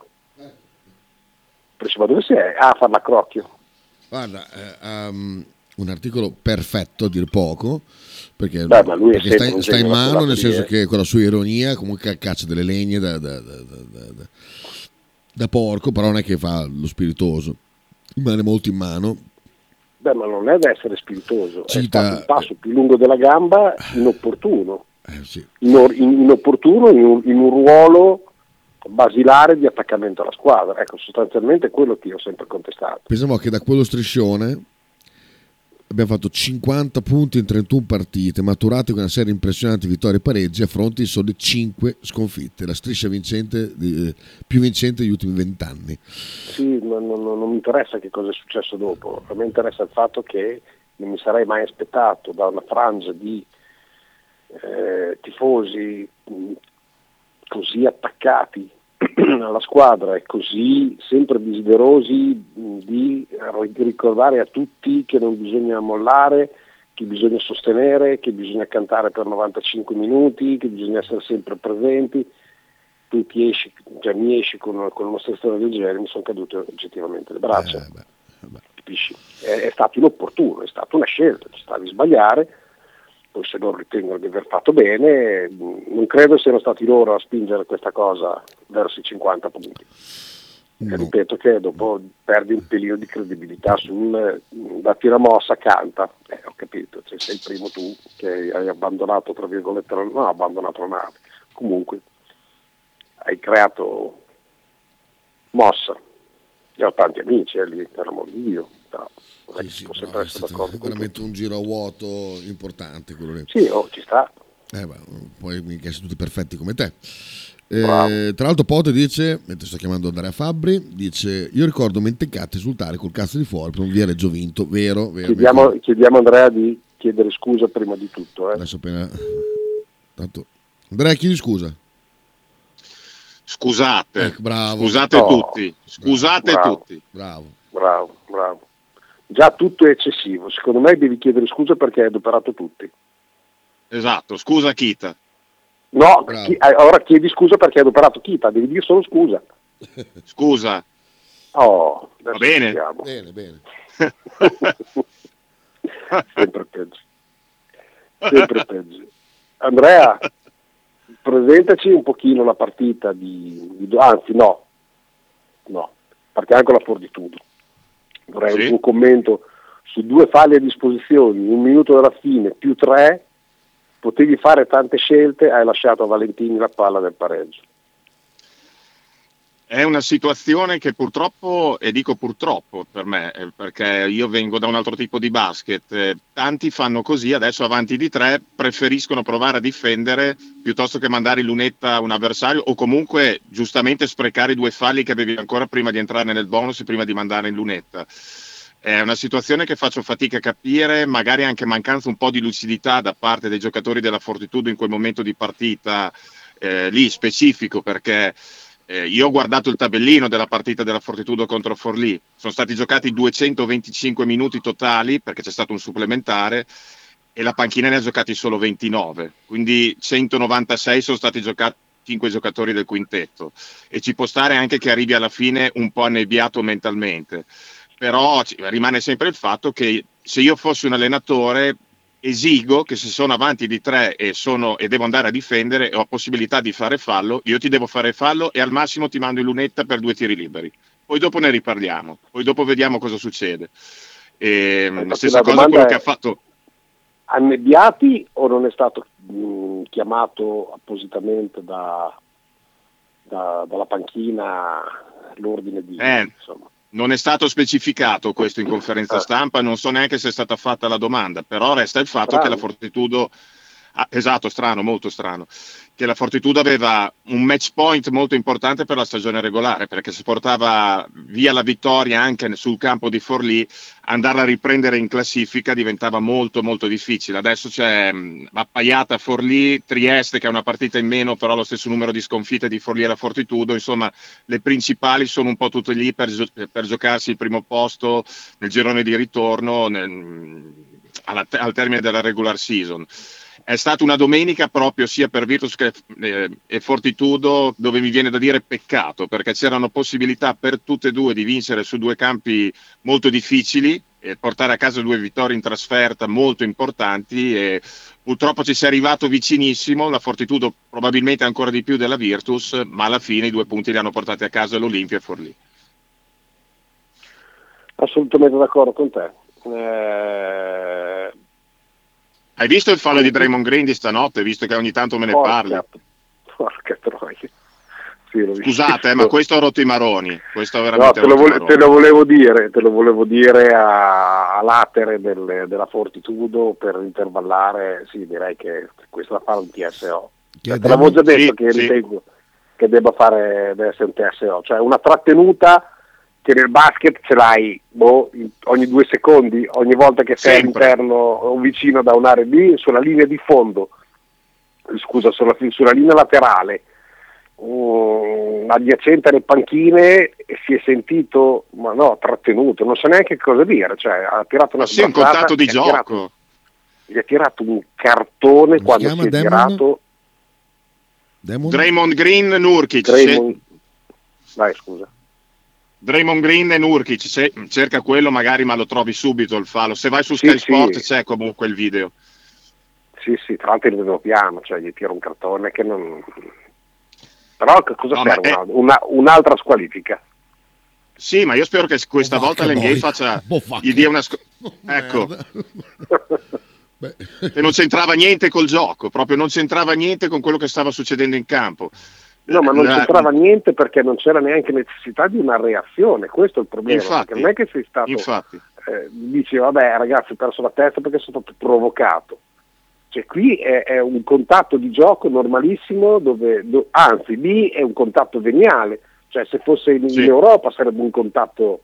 Ma dove sei? Ah, a far l'accrocchio. Guarda, eh, um, un articolo perfetto a dir poco, perché, Beh, ma lui è perché sempre sta, un sta in genio mano, naturale, nel senso eh. che con la sua ironia comunque caccia delle legne da, da- da- da- da- da- da porco, però non è che fa lo spiritoso, rimane molto in mano. Beh, ma non è da essere spiritoso, Cita- è stato il passo più lungo della gamba inopportuno. Eh, sì. Inor- in- inopportuno in un, in un ruolo basilare di attaccamento alla squadra. Ecco, sostanzialmente è quello che io ho sempre contestato. Pensiamo che da quello striscione abbiamo fatto cinquanta punti in trentuno partite, maturati con una serie impressionante vittorie e pareggi a fronte di sole cinque sconfitte, la striscia vincente di- eh, più vincente degli ultimi vent'anni. Sì, non, non- non mi interessa che cosa è successo dopo, a me interessa il fatto che non mi sarei mai aspettato da una frangia di eh, tifosi mh, così attaccati alla squadra e così sempre desiderosi mh, di ricordare a tutti che non bisogna mollare, che bisogna sostenere, che bisogna cantare per novantacinque minuti, che bisogna essere sempre presenti. Tu ti esci, cioè mi esci con, con una storia del genere, mi sono cadute oggettivamente le braccia. Eh, beh, vabbè. Capisci? È, è stato inopportuno, è stata una scelta, ci stavi a sbagliare, poi se loro ritengono di aver fatto bene, mh, non credo siano stati loro a spingere questa cosa verso i cinquanta punti. No. E ripeto che dopo perdi un pelino di credibilità sul mh, da tiramossa canta, eh, ho capito, cioè, sei il primo tu che hai abbandonato, tra virgolette, la- no, abbandonato la nave, comunque hai creato mossa. Io ho tanti amici eh, lì, per amor di Dio, però non è Sì, che sì, si può però sempre è essere stato d'accordo con veramente tutti. un giro a vuoto importante quello lì. Sì, oh, ci sta. Eh, beh, poi mica sono tutti perfetti come te. Eh, Bravo. tra l'altro Pote dice, mentre sto chiamando Andrea Fabbri, dice io ricordo Mentecatti esultare col cazzo di fuori per un Viareggio vinto, vero? vero mi Chiediamo, ricordo. chiediamo a Andrea di chiedere scusa prima di tutto. Eh. Adesso appena... Tanto... Andrea, chiedi scusa. Scusate, Ecco, bravo. scusate No. tutti, scusate Bravo. tutti. Bravo. Bravo, bravo. Già tutto è eccessivo, secondo me devi chiedere scusa perché hai adoperato tutti. Esatto, scusa Kita. No, Bravo. chi- eh, ora chiedi scusa perché hai adoperato Kita, devi dire solo scusa. Scusa, Oh, adesso Va bene. ci siamo. Bene, bene. Sempre peggio. Sempre peggio. Andrea, presentaci un pochino la partita di, di- anzi no, no, partiamo con la fortitudo. Vorrei Sì. un tuo commento su due falli a disposizione, un minuto dalla fine più tre, potevi fare tante scelte, hai lasciato a Valentini la palla del pareggio. è una situazione che purtroppo, e dico purtroppo per me, eh, perché io vengo da un altro tipo di basket, eh, tanti fanno così, adesso avanti di tre preferiscono provare a difendere piuttosto che mandare in lunetta un avversario o comunque giustamente sprecare i due falli che avevi ancora prima di entrare nel bonus e prima di mandare in lunetta. È una situazione che faccio fatica a capire, magari anche mancanza un po' di lucidità da parte dei giocatori della Fortitudo in quel momento di partita eh, lì specifico, perché eh, io ho guardato il tabellino della partita della Fortitudo contro Forlì, sono stati giocati duecentoventicinque minuti totali perché c'è stato un supplementare e la panchina ne ha giocati solo ventinove, quindi centonovantasei sono stati giocati cinque giocatori del quintetto e ci può stare anche che arrivi alla fine un po' annebbiato mentalmente. Però ci- rimane sempre il fatto che se io fossi un allenatore esigo che se sono avanti di tre e, sono, e devo andare a difendere e ho possibilità di fare fallo, io ti devo fare fallo e al massimo ti mando in lunetta per due tiri liberi. Poi dopo ne riparliamo, poi dopo vediamo cosa succede. E, Infatti stessa la cosa domanda quello che è- ha fatto... annebbiati o non è stato mh, chiamato appositamente da, da, dalla panchina l'ordine di... Eh, insomma. Non è stato specificato questo in conferenza stampa, non so neanche se è stata fatta la domanda, però resta il fatto Strano. che la Fortitudo, ah, esatto, strano, molto strano, che la Fortitudo aveva un match point molto importante per la stagione regolare, perché se portava via la vittoria anche sul campo di Forlì, andarla a riprendere in classifica diventava molto molto difficile. Adesso c'è mh, Appaiata, Forlì, Trieste che ha una partita in meno, però lo stesso numero di sconfitte di Forlì e la Fortitudo, insomma le principali sono un po' tutte lì per, gio- per giocarsi il primo posto nel girone di ritorno nel, alla, al termine della regular season. È stata una domenica proprio sia per Virtus che eh, e Fortitudo dove mi viene da dire peccato, perché c'erano possibilità per tutte e due di vincere su due campi molto difficili e portare a casa due vittorie in trasferta molto importanti, e purtroppo ci si è arrivato vicinissimo, la Fortitudo probabilmente ancora di più della Virtus, ma alla fine i due punti li hanno portati a casa l'Olimpia e Forlì. Assolutamente d'accordo con te. Eh... Hai visto il fallo di Draymond Green di stanotte, visto che ogni tanto me ne porca, parli? Porca troia. Sì, l'ho Scusate, visto. eh, ma questo ha rotto i maroni. Questo ha No, veramente te lo, rotto i vole- maroni. te lo volevo dire, te lo volevo dire a, a latere del- della Fortitudo per intervallare. Sì, direi che questo da fare un T S O. Cioè, te l'avevo già detto Sì, che sì. ritengo che debba fare deve essere un T S O, cioè una trattenuta che nel basket ce l'hai boh, in- ogni due secondi, ogni volta che sei Sempre. all'interno o vicino da un'area B, sulla linea di fondo, scusa, sulla, sulla linea laterale, um, adiacente alle panchine, si è sentito, ma no, trattenuto, non so neanche cosa dire, cioè ha tirato una Ma sì, un sbrazzata, contatto di gli ha tirato- gioco. gli ha tirato un cartone si quando chiama si è Demon? tirato Demon? Draymond Green, Nurkic. Draymond. Se- Vai, scusa. Draymond Green e Nurkic, se- cerca quello magari, ma lo trovi subito il fallo. Se vai su Sì, Sky Sport sì. c'è comunque il video. Sì, sì, tra l'altro il vedo piano, cioè gli tira un cartone che non... Però che cosa No, ma serve? è- Una- una- un'altra squalifica. Sì, ma io spero che questa Oh, volta vacca l'N B A boia. faccia, Oh, vacca. gli dia una sc- Oh, ecco, merda. Beh, che non c'entrava niente col gioco, proprio non c'entrava niente con quello che stava succedendo in campo. No, ma non La- c'entrava niente perché non c'era neanche necessità di una reazione, questo è il problema. Infatti, perché non è che sei stato... infatti. eh, dici, vabbè ragazzi, ho perso la testa perché sono stato provocato. Cioè qui è, è un contatto di gioco normalissimo, dove, do- anzi lì è un contatto veniale, cioè se fosse in, Sì. in Europa sarebbe un contatto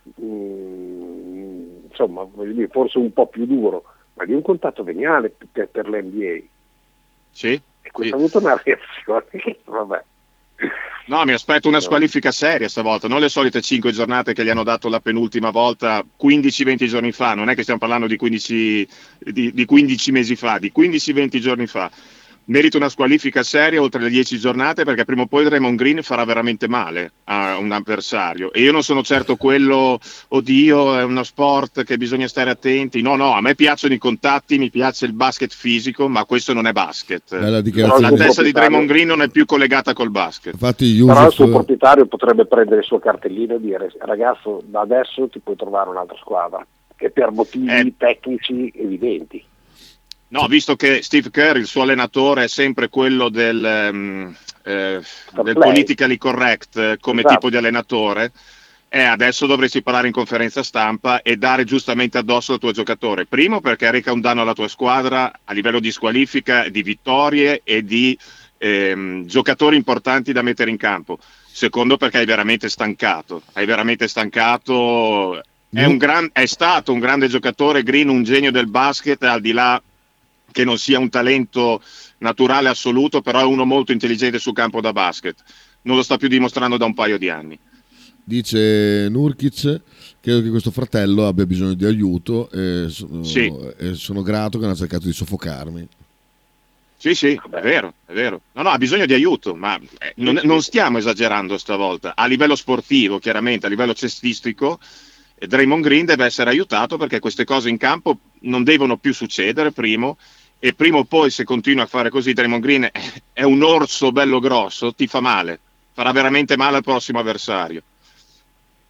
mm, insomma, voglio dire, forse un po' più duro, ma lì è un contatto veniale per, per l'N B A. Sì, E questo sì. ha avuto una reazione che, vabbè. No, mi aspetto una No. squalifica seria stavolta, non le solite cinque giornate che gli hanno dato la penultima volta quindici venti giorni fa, non è che stiamo parlando di quindici, di, di quindici mesi fa, di quindici venti giorni fa. Merita una squalifica seria oltre le dieci giornate, perché prima o poi Draymond Green farà veramente male a un avversario, e io non sono certo quello, oddio è uno sport che bisogna stare attenti, no no, a me piacciono i contatti, mi piace il basket fisico, ma questo non è basket. bella La dichiarazione. Però il testa di proprietario- Draymond Green non è più collegata col basket. Infatti Però il suo Yusuf, proprietario potrebbe prendere il suo cartellino e dire ragazzo, da adesso ti puoi trovare un'altra squadra, che per motivi Eh. tecnici evidenti. No, visto che Steve Kerr, il suo allenatore, è sempre quello del, ehm, eh, del play. politically correct eh, come Esatto. tipo di allenatore, eh, adesso dovresti parlare in conferenza stampa e dare giustamente addosso al tuo giocatore. Primo perché reca un danno alla tua squadra a livello di squalifica, di vittorie e di ehm, giocatori importanti da mettere in campo. Secondo perché hai veramente stancato, hai veramente stancato. È, un gran, è stato un grande giocatore, Green, un genio del basket, al di là che non sia un talento naturale assoluto, però è uno molto intelligente sul campo da basket. Non lo sta più dimostrando da un paio di anni. dice Nurkic, credo che questo fratello abbia bisogno di aiuto e sono, Sì. e sono grato che hanno cercato di soffocarmi. Sì, sì, è vero, è vero. No, no, ha bisogno di aiuto, ma eh, non, non stiamo esagerando stavolta. A livello sportivo, chiaramente, a livello cestistico, eh, Draymond Green deve essere aiutato, perché queste cose in campo non devono più succedere, primo, e prima o poi, se continua a fare così, Draymond Green è, è un orso bello grosso, ti fa male, farà veramente male al prossimo avversario.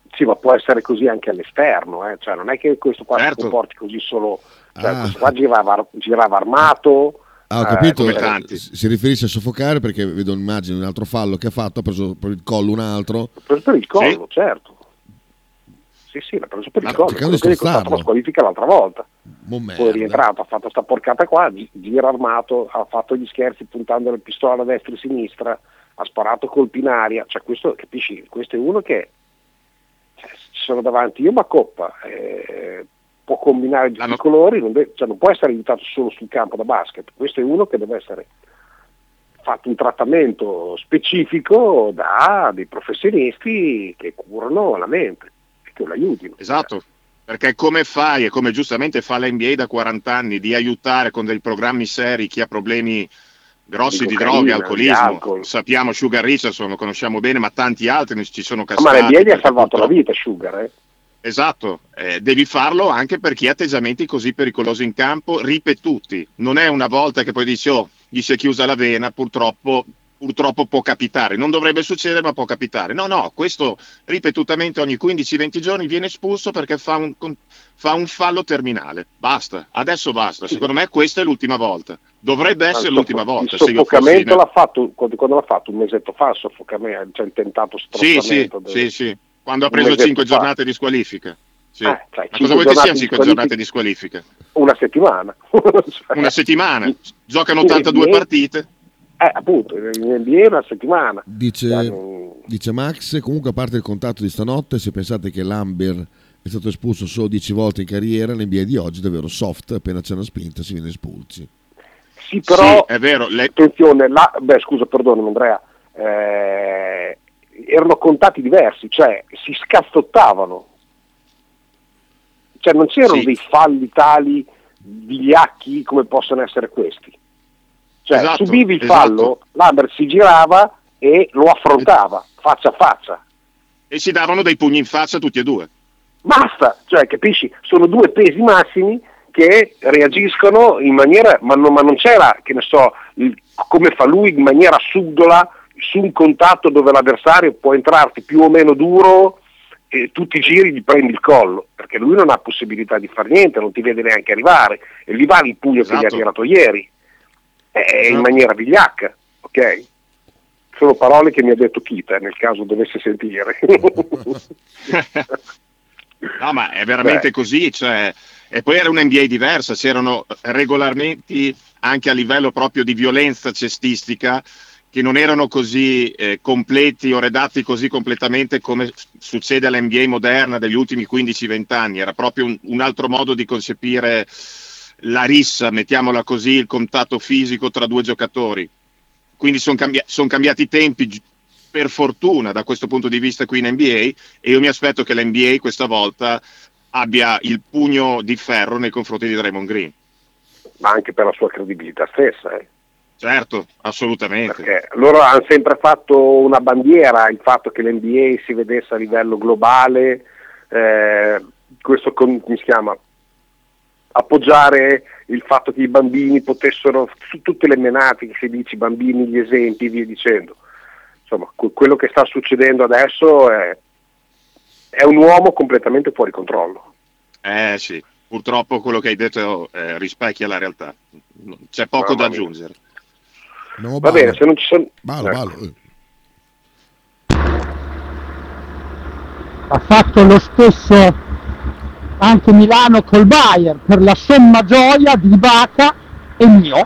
Sì, ma può essere così anche all'esterno, eh? Cioè non è che questo qua Certo. si comporti così solo, cioè Ah. questo qua girava, girava armato. Ah, ho eh, capito, come eh, tanti. si riferisce a soffocare perché vedo un'immagine di un altro fallo che ha fatto, ha preso per il collo un altro. Ha preso per il collo, Sì. certo. Sì, sì, l'ha preso per il Ma collo, cercando quello di che gli ha costato strozzarlo. la squalifica l'altra volta. Mo' Poi è merda. rientrato, ha fatto sta porcata qua, gi- gira armato, ha fatto gli scherzi puntando le pistole a destra e a sinistra, ha sparato colpi in aria, cioè questo, capisci, questo è uno che cioè, ci sono davanti io ma coppa, eh, può combinare tutti L'hanno- i colori, non, de- cioè, non può essere aiutato solo sul campo da basket, questo è uno che deve essere fatto un trattamento specifico da dei professionisti che curano la mente e che lo aiutino. Esatto, perché come fai, e come giustamente fa l'N B A da quaranta anni, di aiutare con dei programmi seri chi ha problemi grossi Di di, cocaina, droghe, di alcolismo, alcol. Sappiamo Sugar Richardson, lo conosciamo bene, ma tanti altri ne- ci sono Ah, cascati. ma l'N B A gli ha perché salvato la purtroppo- vita Sugar, eh? Esatto, eh, devi farlo anche per chi ha atteggiamenti così pericolosi in campo, ripetuti. Non è una volta che poi dici, oh, gli si è chiusa la vena, purtroppo, purtroppo può capitare. Non dovrebbe succedere, ma può capitare. No, no, questo ripetutamente ogni quindici venti giorni viene espulso perché fa un, con- fa un fallo terminale. Basta, adesso basta. Secondo me questa è l'ultima volta. Dovrebbe essere Il l'ultima soffo- volta. Il Se io fossi soffocamento in- l'ha fatto quando, quando l'ha fatto un mesetto fa, il soffocamento, cioè il tentato Sì, sì, strozzamento. del- sì, sì. Quando ha un preso mesetto cinque fa. giornate di squalifica. Sì. Eh, cioè, Ma cinque cosa vuoi che giornate siano di cinque squalifica- giornate di squalifica? Una settimana. Cioè, Una settimana, giocano in ottantadue N B A partite. Eh, appunto, in N B A una settimana. Cioè, Dice, non- dice Max, comunque a parte il contatto di stanotte, se pensate che Lambert è stato espulso solo dieci volte in carriera, l'N B A di oggi è davvero soft, appena c'è una spinta si viene espulsi. Sì, però, Sì, è vero, le- attenzione, là, beh scusa, perdonami Andrea, eh, erano contati diversi, cioè si scazzottavano, cioè non c'erano Sì. dei falli tali vigliacchi come possono essere questi, cioè Esatto, subivi il esatto. fallo, Lambert si girava e lo affrontava faccia a faccia, e si davano dei pugni in faccia tutti e due. basta, cioè capisci, sono due pesi massimi che reagiscono in maniera, ma non, ma non c'era, che ne so, il- come fa lui in maniera subdola su un contatto dove l'avversario può entrarti più o meno duro e tu ti giri gli prendi il collo, perché lui non ha possibilità di fare niente, non ti vede neanche arrivare, e gli vale il pugno che gli ha Esatto. tirato ieri, è in Esatto. maniera vigliacca, ok? Sono parole che mi ha detto Kita, nel caso dovesse sentire. No, ma è veramente Beh. così, cioè, e poi era un N B A diversa, c'erano regolamenti anche a livello proprio di violenza cestistica che non erano così eh, completi o redatti così completamente come s- succede all'N B A moderna degli ultimi quindici venti anni, era proprio un, un altro modo di concepire la rissa, mettiamola così, il contatto fisico tra due giocatori. Quindi sono cambi- son cambiati i tempi gi- per fortuna da questo punto di vista qui in N B A, e io mi aspetto che l'N B A questa volta abbia il pugno di ferro nei confronti di Draymond Green. Ma anche per la sua credibilità stessa, eh. Certo, assolutamente. Perché loro hanno sempre fatto una bandiera il fatto che l'N B A si vedesse a livello globale, eh, questo con- come si chiama? Appoggiare il fatto che i bambini potessero, su tutte le menate che si dice, i bambini, gli esempi, via dicendo. Insomma, que- quello che sta succedendo adesso è, è un uomo completamente fuori controllo. Eh sì, purtroppo quello che hai detto eh, rispecchia la realtà. C'è poco Mamma da mia. aggiungere. No, Va bene, se non ci sono... Balo, ecco. balo. eh. Ha fatto lo stesso anche Milano col Bayern, per la somma gioia di Ibaka e mio.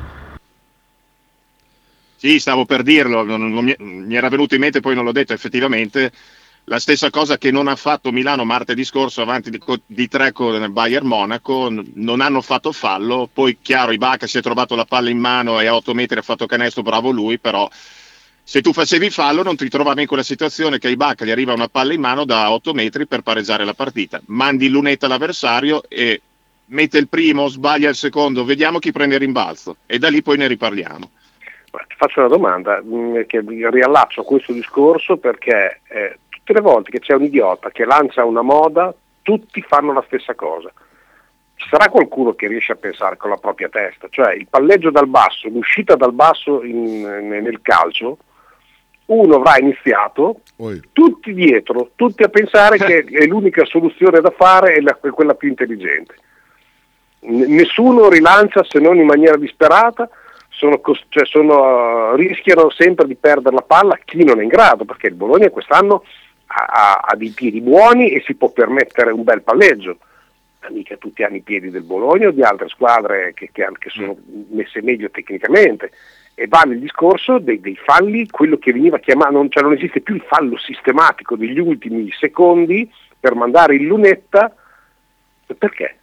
Sì, stavo per dirlo, non- non mi, mi era venuto in mente, poi non l'ho detto, effettivamente la stessa cosa che non ha fatto Milano martedì scorso avanti di, co- di tre con il Bayern Monaco, n- non hanno fatto fallo, poi chiaro Ibaka si è trovato la palla in mano e a otto metri ha fatto canestro, bravo lui, però se tu facevi fallo non ti trovavi in quella situazione che a Ibaka gli arriva una palla in mano da otto metri per pareggiare la partita, mandi lunetta all'avversario e mette il primo, sbaglia il secondo, vediamo chi prende il rimbalzo e da lì poi ne riparliamo. Ma ti faccio una domanda mh, che riallaccio a questo discorso perché eh, tutte le volte che c'è un idiota che lancia una moda tutti fanno la stessa cosa. Ci sarà qualcuno che riesce a pensare con la propria testa, cioè il palleggio dal basso, l'uscita dal basso in- nel calcio uno avrà iniziato, Oi. tutti dietro, tutti a pensare che è l'unica soluzione da fare è, la, è quella più intelligente. N- nessuno rilancia se non in maniera disperata, sono cos- cioè sono, uh, rischiano sempre di perdere la palla chi non è in grado, perché il Bologna quest'anno ha, ha, ha dei piedi buoni e si può permettere un bel palleggio. Mica tutti hanno i piedi del Bologna o di altre squadre che, che, che sono messe meglio tecnicamente, e vale il discorso dei, dei falli, quello che veniva chiamato, cioè non esiste più il fallo sistematico degli ultimi secondi per mandare in lunetta. Perché?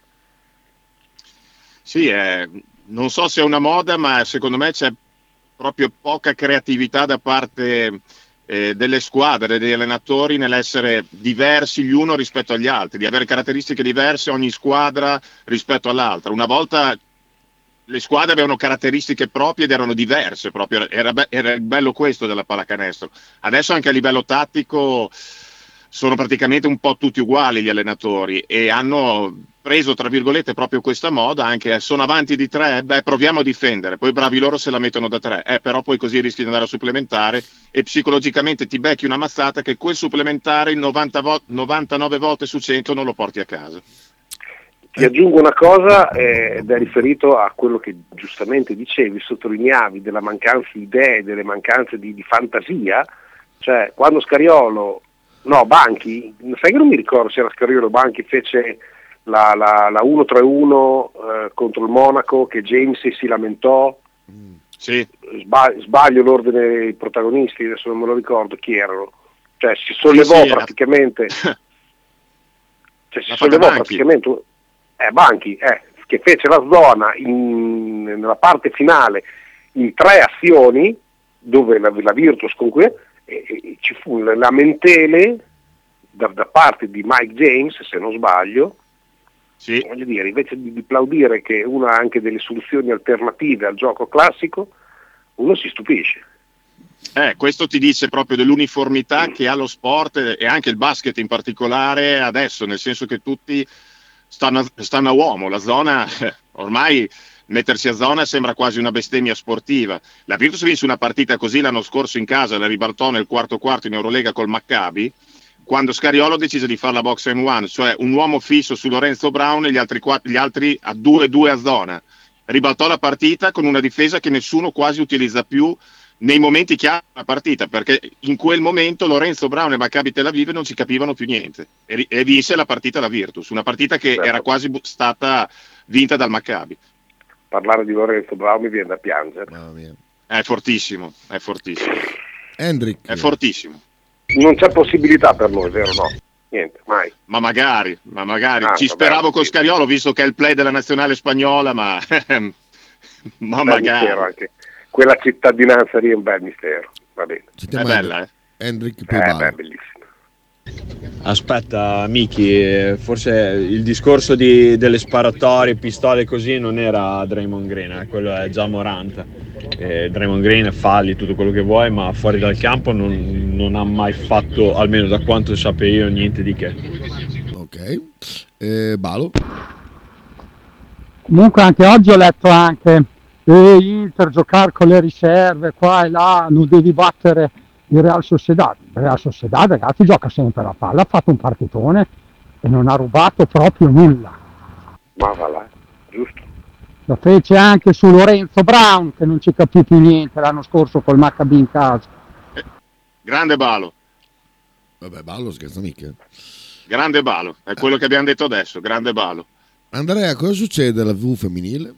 Sì, eh, non so se è una moda, ma secondo me c'è proprio poca creatività da parte eh, delle squadre, degli allenatori nell'essere diversi gli uno rispetto agli altri, di avere caratteristiche diverse ogni squadra rispetto all'altra. Una volta le squadre avevano caratteristiche proprie ed erano diverse, proprio era, be- era il bello questo della pallacanestro. Adesso anche a livello tattico sono praticamente un po' tutti uguali gli allenatori e hanno preso tra virgolette proprio questa moda, anche sono avanti di tre, beh proviamo a difendere, poi bravi loro se la mettono da tre, eh, però poi così rischi di andare a supplementare e psicologicamente ti becchi una mazzata che quel supplementare il novanta vo- novantanove volte su cento non lo porti a casa. Ti aggiungo una cosa eh, ed è riferito a quello che giustamente dicevi, sottolineavi della mancanza di idee, delle mancanze di, di fantasia, cioè quando Scariolo, no Banchi, sai che non mi ricordo se era Scariolo o Banchi, fece la, la, la uno tre uno eh, contro il Monaco che James si lamentò, sì. Sba- sbaglio l'ordine dei protagonisti, adesso non me lo ricordo chi erano, cioè si sollevò sì, sì, praticamente, cioè si la sollevò Banchi. praticamente... Eh, Banchi, eh, che fece la zona in, nella parte finale in tre azioni dove la, la Virtus con cui, e, e, ci fu una lamentele da, da parte di Mike James, se non sbaglio, sì. Voglio dire, invece di, di applaudire che uno ha anche delle soluzioni alternative al gioco classico, uno si stupisce. Eh, questo ti dice proprio dell'uniformità che ha lo sport e anche il basket in particolare adesso, nel senso che tutti stanno, stanno a uomo, la zona eh, ormai mettersi a zona sembra quasi una bestemmia sportiva. La Virtus vinse una partita così l'anno scorso in casa, la ribaltò nel quarto quarto in Eurolega col Maccabi, quando Scariolo decise di fare la box and one, cioè un uomo fisso su Lorenzo Brown e gli altri, quattro, gli altri a due due a zona. Ribaltò la partita con una difesa che nessuno quasi utilizza più nei momenti chiave della partita, perché in quel momento Lorenzo Brown e Maccabi Tel Aviv non ci capivano più niente e, e vinse la partita la Virtus, una partita che Certo. era quasi bu- stata vinta dal Maccabi. Parlare di Lorenzo Brown mi viene da piangere. Mamma mia. È fortissimo, è fortissimo. Hendrik. È fortissimo. Non c'è possibilità per noi, vero? No, niente, mai. Ma magari, ma magari. Ah, Ci vabbè, speravo con sì. Scariolo, visto che è il play della nazionale spagnola, ma, ma Bel magari. mistero anche. Quella cittadinanza lì è un bel mistero, va bene. È bella, eh? Hendrik Eh, beh, bellissimo. Aspetta, Miki, forse il discorso di, delle sparatorie, pistole così non era Draymond Green, eh, quello è già Morant. Eh, Draymond Green falli, tutto quello che vuoi, ma fuori dal campo non, non ha mai fatto, almeno da quanto sappia io, niente di che. Ok. Eh, Balo. Comunque anche oggi ho letto anche eh, Inter giocare con le riserve qua e là, non devi battere il Real Sociedad. Il Real Sociedad, ragazzi, gioca sempre la palla, ha fatto un partitone e non ha rubato proprio nulla. Ma va là, giusto. Lo fece anche su Lorenzo Brown, che non ci capì più niente l'anno scorso col Maccabi in casa. Grande Balo, Vabbè, Balo scherza mica. grande Balo, è quello che abbiamo detto adesso, grande Balo. Andrea, cosa succede alla V femminile?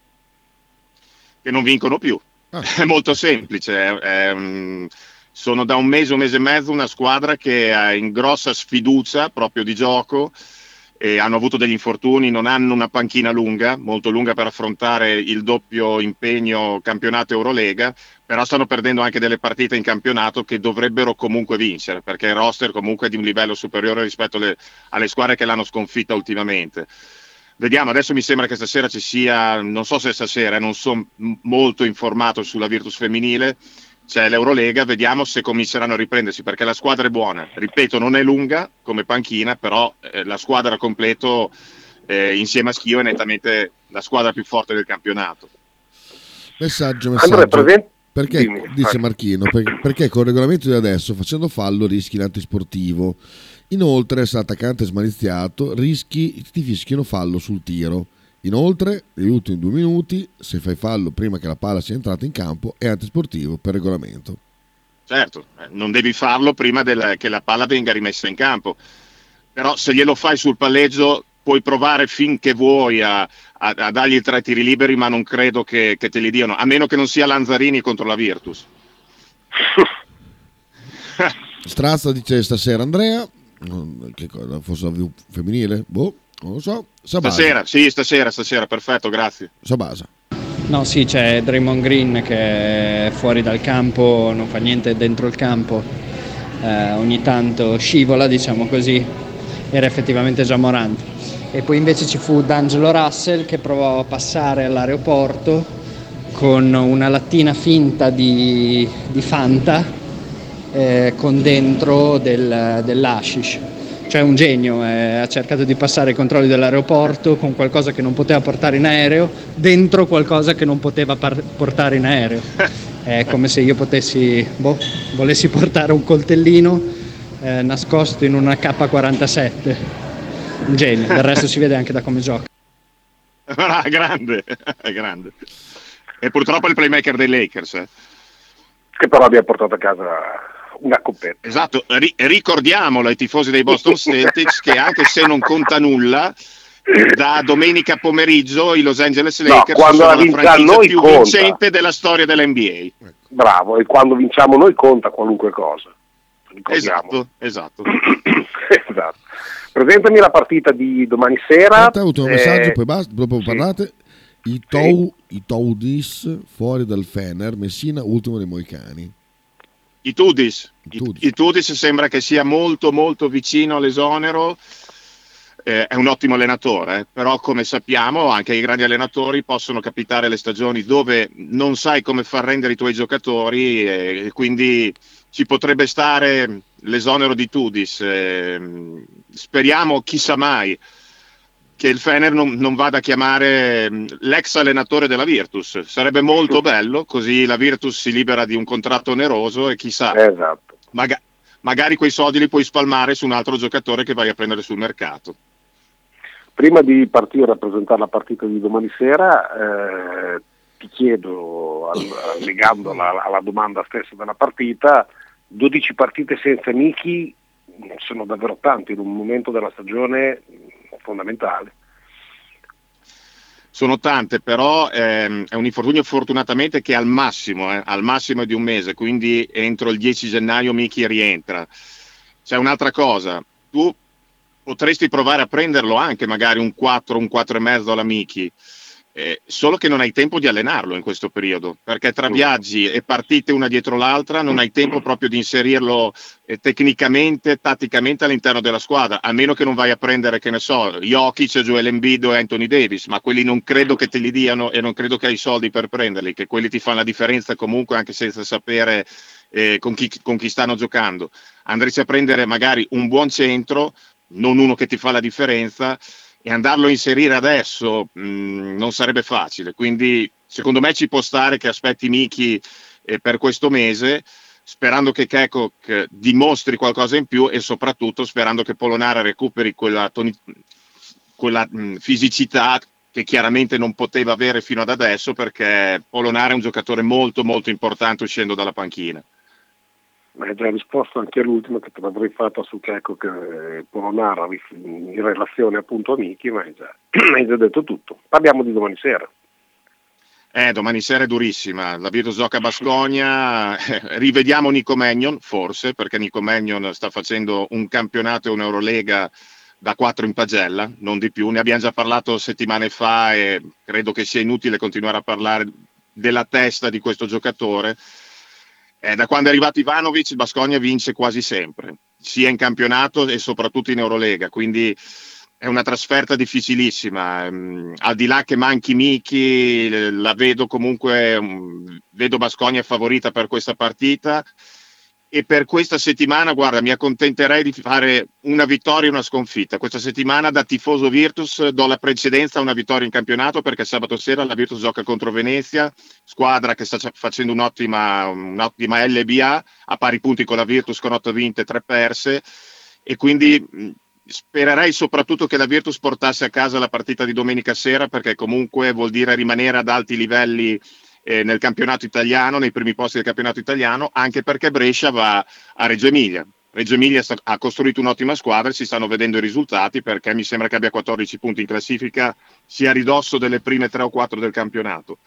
Che non vincono più. Ah. È molto semplice. È, è, um, sono da un mese, un mese e mezzo una squadra che è in grossa sfiducia proprio di gioco e hanno avuto degli infortuni, non hanno una panchina lunga, molto lunga per affrontare il doppio impegno campionato Eurolega, però stanno perdendo anche delle partite in campionato che dovrebbero comunque vincere, perché il roster comunque è di un livello superiore rispetto alle, alle squadre che l'hanno sconfitta ultimamente. Vediamo, adesso mi sembra che stasera ci sia, non so se stasera, non sono molto informato sulla Virtus femminile, c'è l'Eurolega, vediamo se cominceranno a riprendersi, perché la squadra è buona, ripeto, non è lunga come panchina, però eh, la squadra al completo eh, insieme a Schio è nettamente la squadra più forte del campionato. Messaggio, messaggio. Andrea, present- Perché, Dimmi, dice vai. Marchino, per- perché con il regolamento di adesso facendo fallo rischi l'antisportivo. Inoltre se l'attaccante è smaliziato rischi ti fischino fallo sul tiro. Inoltre negli ultimi due minuti se fai fallo prima che la palla sia entrata in campo è antisportivo per regolamento. Certo, eh, non devi farlo prima del- che la palla venga rimessa in campo. Però se glielo fai sul palleggio puoi provare finché vuoi a, a- a dargli i tre tiri liberi, ma non credo che, che te li diano, a meno che non sia Lanzarini contro la Virtus. Strazza dice stasera Andrea, non- che cosa, forse la V femminile? Boh, non lo so. Sabasa. Stasera, sì, stasera, stasera, perfetto, grazie. Sabasa. No, sì, c'è Draymond Green che è fuori dal campo, non fa niente dentro il campo, eh, ogni tanto scivola, diciamo così, era effettivamente già Morant. E poi invece ci fu D'Angelo Russell che provò a passare all'aeroporto con una lattina finta di, di Fanta eh, con dentro del, dell'hashish. Cioè un genio, eh, ha cercato di passare i controlli dell'aeroporto con qualcosa che non poteva portare in aereo, dentro qualcosa che non poteva par- portare in aereo. È come se io potessi, boh, volessi portare un coltellino eh, nascosto in una K quarantasette. Un genio, del resto si vede anche da come gioca. Ah, grande, grande. E purtroppo è il playmaker dei Lakers. Eh. Che però abbia portato a casa una coppetta. Esatto, ri- ricordiamolo ai tifosi dei Boston Celtics che anche se non conta nulla, da domenica pomeriggio i Los Angeles No, Lakers quando sono la la vinca franchigia noi più conta. vincente della storia dell'N B A. Bravo, e quando vinciamo noi conta qualunque cosa. Ricordiamo. Esatto, esatto. Esatto. Presentami la partita di domani sera. Aspetta, ultimo eh, messaggio, poi basta, dopo sì. parlate. I, Tou, i Toudis fuori dal Fener, Messina ultimo dei Moicani. I Tudis, I i, Tudis. i Tudis sembra che sia molto molto vicino all'esonero, eh, è un ottimo allenatore, eh, però come sappiamo anche i grandi allenatori possono capitare le stagioni dove non sai come far rendere i tuoi giocatori e, e quindi ci potrebbe stare l'esonero di Tudis, eh, speriamo chissà mai che il Fener non, non vada a chiamare mh, l'ex allenatore della Virtus, sarebbe molto bello, così la Virtus si libera di un contratto oneroso e chissà, Esatto. maga- magari quei soldi li puoi spalmare su un altro giocatore che vai a prendere sul mercato. Prima di partire a presentare la partita di domani sera, eh, ti chiedo, al- legandola alla domanda stessa della partita, dodici partite senza Miki sono davvero tanti in un momento della stagione fondamentale. Sono tante, però ehm, è un infortunio fortunatamente che è al massimo, eh, al massimo è di un mese, quindi entro il dieci gennaio Miki rientra. C'è un'altra cosa, tu potresti provare a prenderlo anche magari un quattro, un quattro e mezzo alla Miki, eh, solo che non hai tempo di allenarlo in questo periodo, perché tra viaggi e partite una dietro l'altra non hai tempo proprio di inserirlo eh, tecnicamente, tatticamente all'interno della squadra, a meno che non vai a prendere, che ne so, Jokic, Joel Embiid e Anthony Davis, ma quelli non credo che te li diano e non credo che hai i soldi per prenderli, che quelli ti fanno la differenza comunque anche senza sapere eh, con, chi, con chi stanno giocando. Andresti a prendere magari un buon centro, non uno che ti fa la differenza, e andarlo a inserire adesso mh, non sarebbe facile, quindi secondo me ci può stare che aspetti Miki eh, per questo mese, sperando che Kekok dimostri qualcosa in più e soprattutto sperando che Polonara recuperi quella, toni- quella mh, fisicità che chiaramente non poteva avere fino ad adesso, perché Polonara è un giocatore molto molto importante uscendo dalla panchina. Ma hai già risposto anche all'ultima che te l'avrei fatta su Checco, che eh, Polonara in relazione appunto a Miki, ma hai già, hai già detto tutto. Parliamo di domani sera. Eh, domani sera è durissima, la Virtus gioca a Basconia, eh, rivediamo Nico Mannion, forse, perché Nico Mannion sta facendo un campionato e un'Eurolega da quattro in pagella, non di più, ne abbiamo già parlato settimane fa e credo che sia inutile continuare a parlare della testa di questo giocatore. Eh, da quando è arrivato Ivanovic il Basconia vince quasi sempre, sia in campionato e soprattutto in Eurolega, quindi è una trasferta difficilissima. Um, al di là che manchi Miki, la vedo comunque, um, vedo Basconia favorita per questa partita e per questa settimana, guarda, mi accontenterei di fare una vittoria e una sconfitta. Questa settimana da tifoso Virtus do la precedenza a una vittoria in campionato, perché sabato sera la Virtus gioca contro Venezia, squadra che sta facendo un'ottima, un'ottima L B A, a pari punti con la Virtus, con otto vinte e tre perse, e quindi mh, spererei soprattutto che la Virtus portasse a casa la partita di domenica sera, perché comunque vuol dire rimanere ad alti livelli eh, nel campionato italiano, nei primi posti del campionato italiano, anche perché Brescia va a Reggio Emilia. Reggio Emilia sta, ha costruito un'ottima squadra e si stanno vedendo i risultati, perché mi sembra che abbia quattordici punti in classifica, sia a ridosso delle prime tre o quattro del campionato.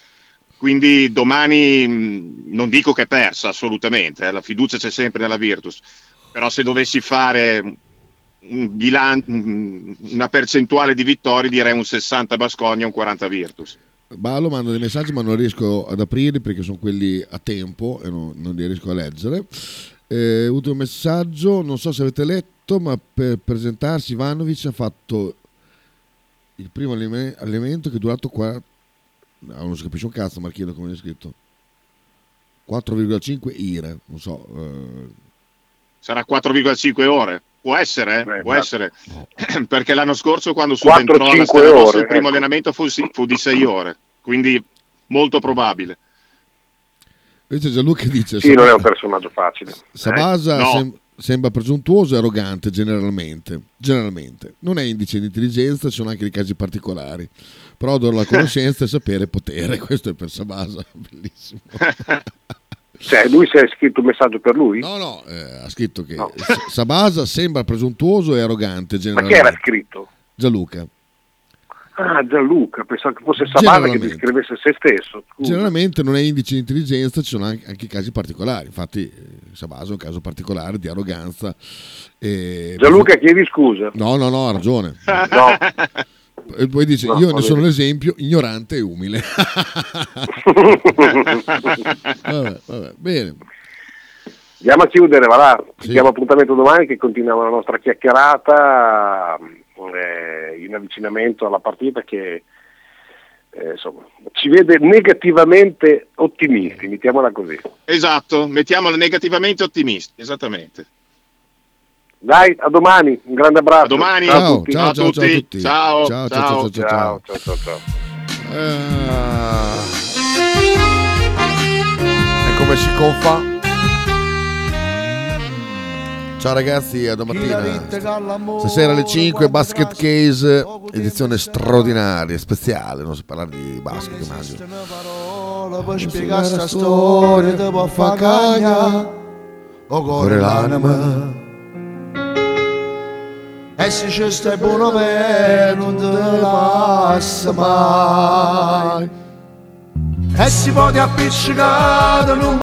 Quindi domani mh, non dico che è persa assolutamente, eh, la fiducia c'è sempre nella Virtus, però se dovessi fare un bilan- una percentuale di vittorie, direi un sessanta Baskonia e un quaranta Virtus. Ballo manda dei messaggi ma non riesco ad aprirli perché sono quelli a tempo e non, non li riesco a leggere. Eh, ultimo messaggio, non so se avete letto, ma per presentarsi Ivanovic ha fatto il primo allime- allenamento che è durato qua, no, non si capisce un cazzo, ma chiedo come è scritto, quattro virgola cinque ire, non so. Eh. Sarà quattro virgola cinque ore. Può essere, eh? Beh, Può ma... essere, perché l'anno scorso quando subentrò alla Stella Rossa il primo ecco. allenamento fu, fu di sei ore, quindi molto probabile. Invece Gianluca dice: sì, non è un personaggio facile. Sabasa eh? no. sem- sembra presuntuoso e arrogante generalmente. Generalmente non è indice di intelligenza, ci sono anche dei casi particolari. Però adoro la conoscenza e sapere potere. Questo è per Sabasa, bellissimo. Cioè, lui si è scritto un messaggio per lui? No, no, eh, ha scritto che no. Sabasa sembra presuntuoso e arrogante generalmente. Ma chi era scritto? Gianluca. Ah, Gianluca, pensavo che fosse Sabasa che descrivesse se stesso. Scusa. Generalmente non è indice di intelligenza, ci sono anche, anche casi particolari. Infatti Sabasa è un caso particolare di arroganza. E... Gianluca, chiedi scusa. No, no, no, ha ragione. No. E poi dice: no, io ne sono l'esempio, ignorante e umile. vabbè, vabbè, bene. Andiamo a chiudere, va là. Ci Sì. diamo appuntamento domani che continuiamo la nostra chiacchierata eh, in avvicinamento alla partita che eh, insomma, ci vede negativamente ottimisti, mettiamola così. Esatto, mettiamola negativamente ottimisti, esattamente. Dai, a domani, un grande abbraccio. A domani, ciao, a tutti. Ciao, ciao, ciao a tutti. Ciao, Ciao, ciao, ciao, ciao, ciao, ciao, ciao, ciao, ciao. Uh, e come si confa? Ciao ragazzi, a domattina. Stasera alle cinque Basket Case, edizione straordinaria, speciale, non so parlare di basket, immagino. Per spiegare sta storia ti può far cagna o cuore l'anima. E se ci stai buono per non te passa mai. E si può appiccicare in un